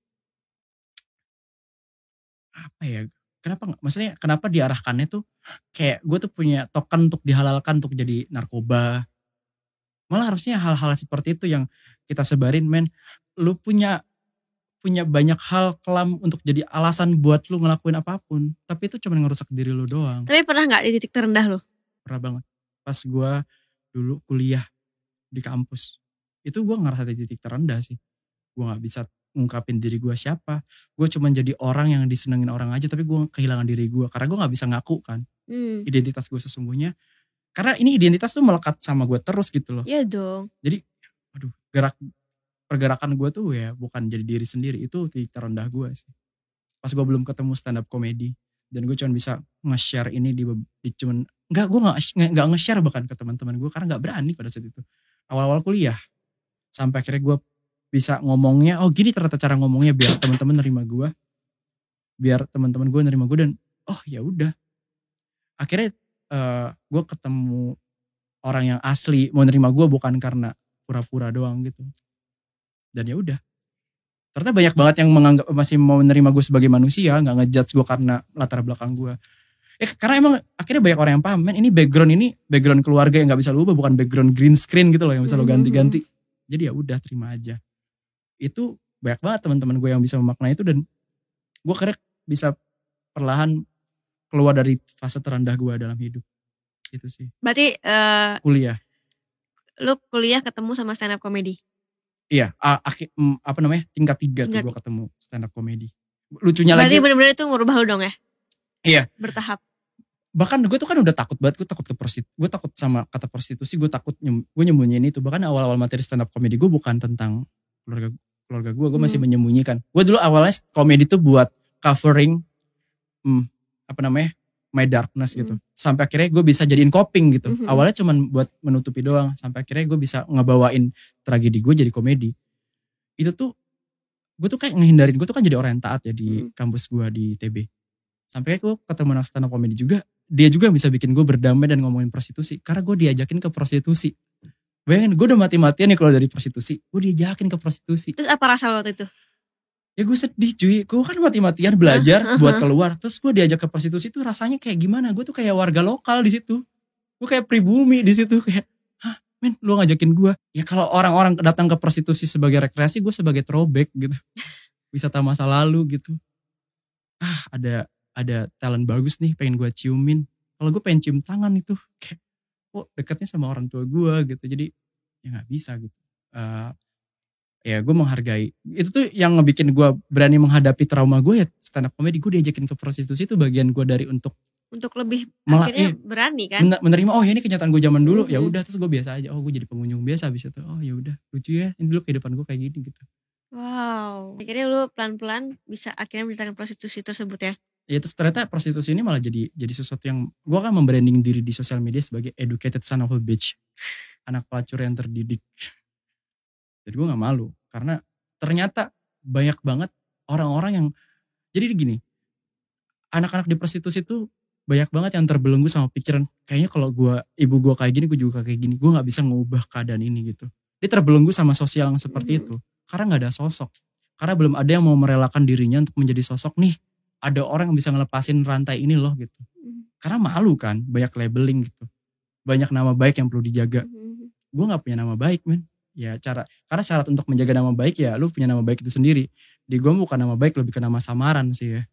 Apa ya? Maksudnya kenapa diarahkannya tuh kayak gue tuh punya token untuk dihalalkan untuk jadi narkoba. Malah harusnya hal-hal seperti itu yang kita sebarin, men. Lu punya banyak hal kelam untuk jadi alasan buat lu ngelakuin apapun. Tapi itu cuma ngerusak diri lu doang. Tapi pernah gak di titik terendah lo? Pernah banget. Pas gue dulu kuliah di kampus. Itu gue ngerasa di titik terendah sih. Gue gak bisa ngungkapin diri gue siapa. Gue cuma jadi orang yang disenengin orang aja. Tapi gue kehilangan diri gue. Karena gue gak bisa ngaku kan. Identitas gue sesungguhnya. Karena ini identitas tuh melekat sama gue terus gitu loh. Iya dong. Jadi aduh, pergerakan gue tuh ya bukan jadi diri sendiri. Itu titik terendah gue sih. Pas gue belum ketemu stand up comedy. Dan gue cuma bisa nge-share ini di cuman gue gak nge-share bahkan ke teman-teman gue karena gak berani pada saat itu. Awal-awal kuliah sampai akhirnya gue bisa ngomongnya, oh gini ternyata cara ngomongnya biar teman-teman nerima gue, dan oh ya udah. Akhirnya gue ketemu orang yang asli mau nerima gue bukan karena pura-pura doang gitu. Dan ya udah. Ternyata banyak banget yang menganggap masih mau menerima gue sebagai manusia, nggak ngejudge gue karena latar belakang gue. Karena emang akhirnya banyak orang yang paham, men ini background keluarga yang nggak bisa lu ubah, bukan background green screen gitu loh yang bisa lo ganti-ganti. Jadi ya udah terima aja. Itu banyak banget teman-teman gue yang bisa memaknai itu dan gue akhirnya bisa perlahan keluar dari fase terendah gue dalam hidup. Itu sih. Berarti kuliah. Lu kuliah ketemu sama stand up comedy? Iya, tingkat 3 tuh gue ketemu stand up comedy. Lucunya berarti lagi. Berarti benar-benar itu ngubah lu dong ya? Iya. Bertahap. Bahkan gue tuh kan udah takut banget, gue takut sama kata prostitusi, gue nyembunyiin itu. Bahkan awal-awal materi stand up comedy gue bukan tentang keluarga gue masih menyembunyikan. Gue dulu awalnya komedi tuh buat covering my darkness gitu. Sampai akhirnya gue bisa jadiin coping gitu. Awalnya cuman buat menutupi doang. Sampai akhirnya gue bisa ngebawain tragedi gue jadi komedi. Itu tuh gue tuh kayak ngehindarin, gue tuh kan jadi orang yang taat ya di kampus gue di TB. Sampai gue ketemu anak stand up comedy juga, dia juga bisa bikin gue berdamai dan ngomongin prostitusi. Karena gue diajakin ke prostitusi. Bayangin, gue udah mati-matian nih kalau dari prostitusi, gue diajakin ke prostitusi. Terus apa rasa lo waktu itu? Ya gue sedih cuy, gue kan mati-matian belajar buat keluar. Terus gue diajak ke prostitusi tuh rasanya kayak gimana? Gue tuh kayak warga lokal di situ. Gue kayak pribumi di situ kayak, men lu ngajakin gue. Ya kalau orang-orang datang ke prostitusi sebagai rekreasi, gue sebagai throwback gitu. Wisata masa lalu gitu. Ada talent bagus nih, pengen gue ciumin. Kalau gue pengen cium tangan itu, kayak, dekatnya sama orang tua gue gitu. Jadi ya gak bisa gitu. Ya gue menghargai. Itu tuh yang ngebikin gue berani menghadapi trauma gue ya stand up comedy. Gue diajakin ke prostitusi itu bagian gue dari untuk lebih akhirnya berani kan menerima, oh ya ini kenyataan gue zaman dulu. Ya udah, terus gue biasa aja, gue jadi pengunjung biasa habis itu. Oh ya udah, lucu ya, ini dulu kehidupan gue kayak gini gitu. Wow, akhirnya lu pelan-pelan bisa akhirnya menceritakan prostitusi tersebut ya. Ya terus ternyata prostitusi ini malah jadi sesuatu yang gue kan membranding diri di sosial media sebagai educated son of a bitch, anak pelacur yang terdidik. Jadi gue gak malu karena ternyata banyak banget orang-orang yang jadi gini, anak-anak di prostitusi itu banyak banget yang terbelenggu sama pikiran kayaknya kalau ibu gue kayak gini, gue juga kayak gini, gue gak bisa ngubah keadaan ini gitu. Dia terbelenggu sama sosial yang seperti itu karena gak ada sosok, karena belum ada yang mau merelakan dirinya untuk menjadi sosok nih. Ada orang yang bisa ngelepasin rantai ini loh gitu. Karena malu kan, banyak labeling gitu, banyak nama baik yang perlu dijaga. Gue gak punya nama baik, men. Ya karena syarat untuk menjaga nama baik ya lu punya nama baik itu sendiri. Di gue bukan nama baik, lebih ke nama samaran sih ya.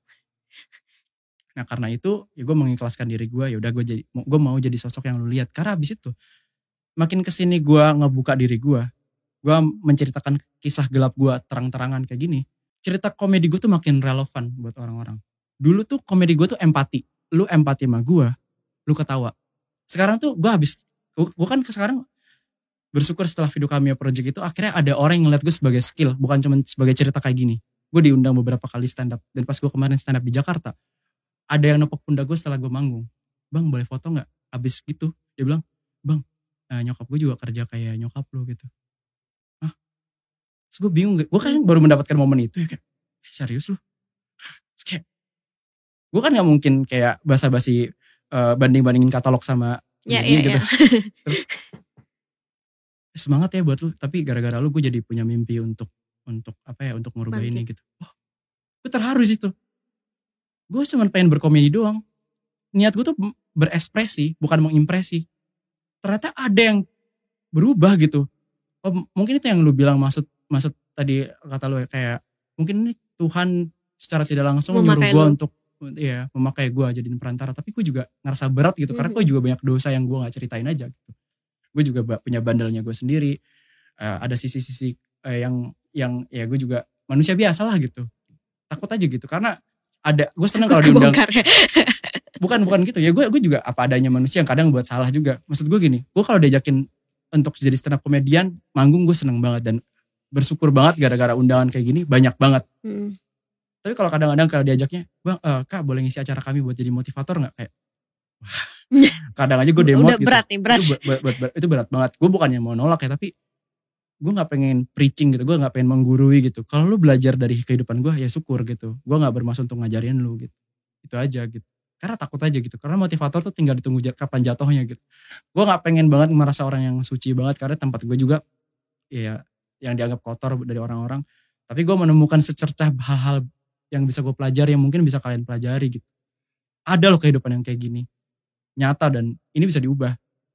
Nah karena itu ya gue mengikhlaskan diri gue, ya udah gue mau jadi sosok yang lu lihat. Karena abis itu makin kesini gue ngebuka diri gue menceritakan kisah gelap gue terang-terangan kayak gini, cerita komedi gue tuh makin relevan buat orang-orang. Dulu tuh komedi gue tuh empati, lu empati sama gue, lu ketawa. Sekarang tuh gue kan sekarang bersyukur setelah video cameo project itu akhirnya ada orang yang ngeliat gue sebagai skill, bukan cuma sebagai cerita kayak gini. Gue diundang beberapa kali stand up, dan pas gue kemarin stand up di Jakarta, ada yang nepuk pundak gue setelah gue manggung. Bang, boleh foto nggak? Abis gitu dia bilang, bang, nyokap gue juga kerja kayak nyokap lo gitu. Hah? Terus gue bingung, gue kan baru mendapatkan momen itu ya, kayak serius lo? Terus kayak gue kan nggak mungkin kayak basa-basi banding-bandingin katalog sama ini gitu. Terus semangat ya buat lu, tapi gara-gara lu gue jadi punya mimpi untuk apa ya, untuk merubah ini gitu. Oh, gue terharu situ. Gue cuma pengen berkomedi doang. Niat gue tuh berekspresi, bukan mengimpresi. Ternyata ada yang berubah gitu. Oh, mungkin itu yang lu bilang maksud tadi kata lu ya, kayak mungkin ini Tuhan secara tidak langsung nyuruh gue untuk ya memakai gue jadi perantara, tapi gue juga ngerasa berat gitu, karena gue juga banyak dosa yang gue gak ceritain aja gitu. Gue juga punya bandelnya gue sendiri, ada sisi-sisi yang ya gue juga manusia biasa lah gitu, takut aja gitu, karena ada, gue seneng kalau diundang ya? bukan gitu ya, gue juga apa adanya manusia yang kadang buat salah juga. Maksud gue gini, gue kalau diajakin untuk jadi stand up komedian manggung, gue seneng banget dan bersyukur banget gara-gara undangan kayak gini banyak banget. Tapi kalau kadang-kadang kalau diajaknya, bang, kak boleh ngisi acara kami buat jadi motivator nggak, kayak kadang aja gue demot gitu. Berat nih, berat. Itu berat banget. Gue bukannya mau nolak ya, tapi gue nggak pengen preaching gitu, gue nggak pengen menggurui gitu. Kalau lu belajar dari kehidupan gue ya syukur gitu. Gue nggak bermaksud untuk ngajarin lu gitu. Itu aja gitu. Karena takut aja gitu. Karena motivator tuh tinggal ditunggu kapan jatuhnya gitu. Gue nggak pengen banget merasa orang yang suci banget, karena tempat gue juga ya yang dianggap kotor dari orang-orang. Tapi gue menemukan secercah hal-hal yang bisa gue pelajari, yang mungkin bisa kalian pelajari gitu. Ada loh kehidupan yang kayak gini, nyata, dan ini bisa diubah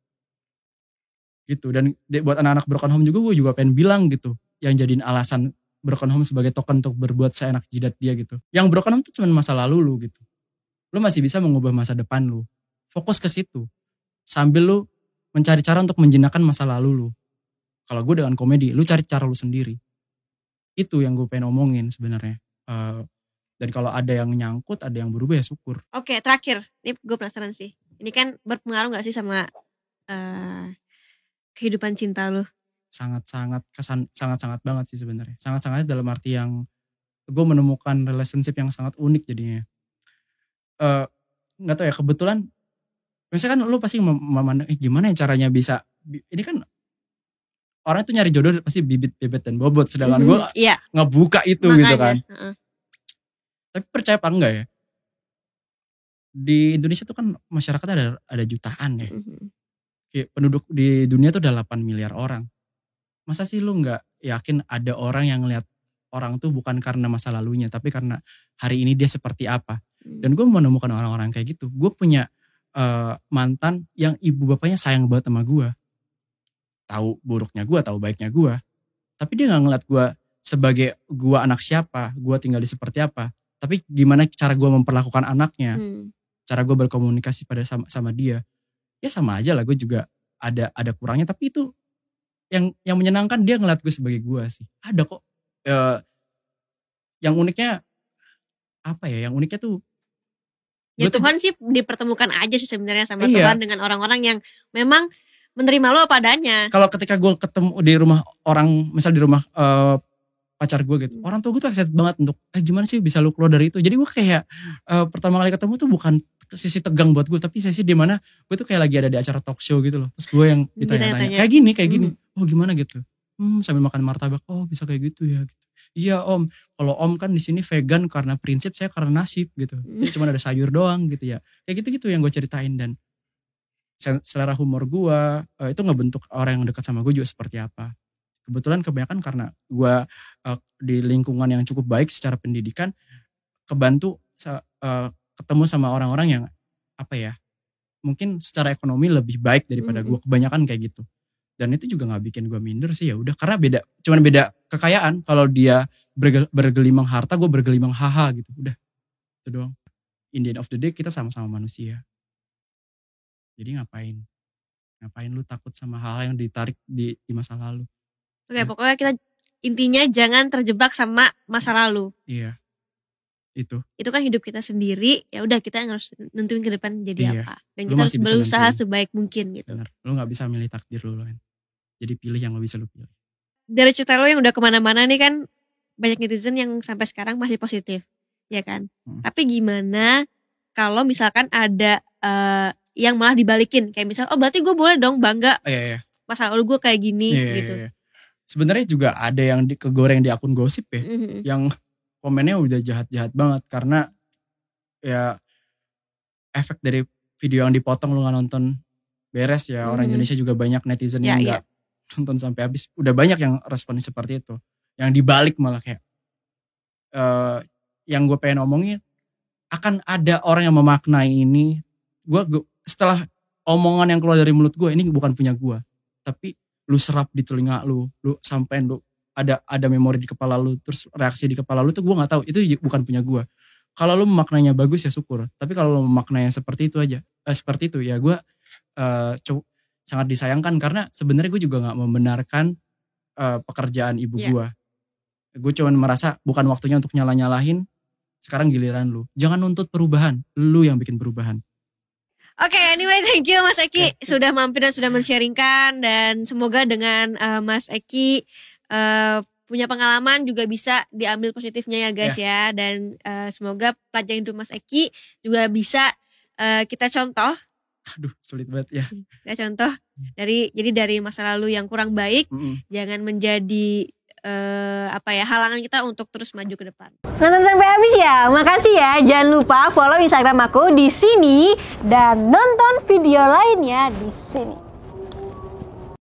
gitu. Dan buat anak-anak broken home juga, gue juga pengen bilang gitu, yang jadiin alasan broken home sebagai token untuk berbuat seenak jidat dia gitu. Yang broken home tuh cuma masa lalu lu gitu. Lu masih bisa mengubah masa depan lu. Fokus ke situ. Sambil lu mencari cara untuk menjinakkan masa lalu lu. Kalau gue dengan komedi, lu cari cara lu sendiri. Itu yang gue pengen omongin sebenarnya. Dan kalau ada yang nyangkut, ada yang berubah ya syukur. Oke, terakhir. Ini gue penasaran sih. Ini kan berpengaruh gak sih sama kehidupan cinta lu? Sangat-sangat banget sih sebenarnya. Sangat-sangat dalam arti yang gue menemukan relationship yang sangat unik jadinya. Nggak tahu ya, kebetulan misalkan lu pasti memandang gimana ya caranya bisa, ini kan orang itu nyari jodoh pasti bibit dan bobot, sedangkan gue ngebuka itu. Makanya, gitu kan. Tapi percaya apa enggak ya, di Indonesia tuh kan masyarakat ada jutaan ya. Kayak penduduk di dunia tuh ada 8 miliar orang. Masa sih lu gak yakin ada orang yang ngeliat orang tuh bukan karena masa lalunya, tapi karena hari ini dia seperti apa. Dan gue menemukan orang-orang kayak gitu. Gue punya mantan yang ibu bapaknya sayang banget sama gue. Tahu buruknya gue, tahu baiknya gue. Tapi dia gak ngeliat gue sebagai gue anak siapa, gue tinggal di seperti apa. Tapi gimana cara gue memperlakukan anaknya, cara gue berkomunikasi sama dia, ya sama aja lah, gue juga ada kurangnya. Tapi itu yang menyenangkan, dia ngeliat gue sebagai gue sih. Ada kok. Yang uniknya apa ya? Yang uniknya tuh ya Tuhan sih dipertemukan aja sih sebenarnya sama Tuhan dengan orang-orang yang memang menerima lo apa adanya. Kalau ketika gue ketemu di rumah orang, misal di rumah pacar gue gitu, orang tua gue tuh excited banget untuk gimana sih bisa lu keluar dari itu. Jadi gue kayak pertama kali ketemu tuh bukan sisi tegang buat gue, tapi sisi dimana gue tuh kayak lagi ada di acara talk show gitu loh. Terus gue yang ditanya-tanya kayak gini, oh gimana gitu, sambil makan martabak, oh bisa kayak gitu ya gitu. Iya om, kalau om kan di sini vegan karena prinsip, saya karena nasib gitu. Jadi cuma ada sayur doang gitu ya. Kayak gitu-gitu yang gue ceritain. Dan selera humor gue itu ngebentuk orang yang dekat sama gue juga seperti apa. Kebetulan kebanyakan karena gue di lingkungan yang cukup baik secara pendidikan, kebantu ketemu sama orang-orang yang apa ya, mungkin secara ekonomi lebih baik daripada gue, kebanyakan kayak gitu. Dan itu juga nggak bikin gue minder sih, ya udah, karena cuman beda kekayaan. Kalau dia bergelimang harta, gue bergelimang haha gitu, udah itu doang. In the end of the day kita sama-sama manusia. Jadi ngapain Ngapain lu takut sama hal yang ditarik di masa lalu. Oke, pokoknya kita intinya jangan terjebak sama masa lalu. Iya. Itu kan hidup kita sendiri, ya udah kita yang harus nentuin ke depan jadi apa, dan Lu kita harus masih bisa berusaha nentuin. sebaik mungkin gitu. bener. Lu gak bisa milih takdir lu kan. Jadi pilih yang lu bisa lu pilih. Dari cerita lo yang udah kemana-mana nih kan, banyak netizen yang sampai sekarang masih positif, ya kan? Tapi gimana kalau misalkan ada yang malah dibalikin, kayak misal, oh berarti gue boleh dong bangga Iya. masa lalu gue kayak gini gitu. Iya. Sebenarnya juga ada yang kegoreng di akun gosip ya, yang komennya udah jahat-jahat banget karena ya efek dari video yang dipotong lu gak nonton beres ya. Orang Indonesia juga banyak netizen yang gak nonton sampai habis. Udah banyak yang responnya seperti itu, yang dibalik malah kayak yang gue pengen omongin, akan ada orang yang memaknai ini. Gue setelah omongan yang keluar dari mulut gue, ini bukan punya gue, tapi lu serap di telinga lu sampein lu ada memori di kepala lu, terus reaksi di kepala lu tuh gue nggak tahu, itu bukan punya gue. Kalau lu memaknainya bagus ya syukur, tapi kalau lu memaknainya seperti itu aja, seperti itu ya gue sangat disayangkan, karena sebenarnya gue juga nggak membenarkan pekerjaan ibu gue. Gue cuman merasa bukan waktunya untuk nyalahin. Sekarang giliran lu. Jangan nuntut perubahan. Lu yang bikin perubahan. Oke, anyway, thank you Mas Eki sudah mampir dan sudah men-sharingkan. Dan semoga dengan Mas Eki punya pengalaman juga bisa diambil positifnya ya guys ya. Dan semoga pelajaran hidup Mas Eki juga bisa kita contoh. Aduh, sulit banget ya. Kita contoh dari masa lalu yang kurang baik, jangan menjadi halangan kita untuk terus maju ke depan. Nonton sampai habis ya, makasih ya. Jangan lupa follow Instagram aku di sini dan nonton video lainnya di sini.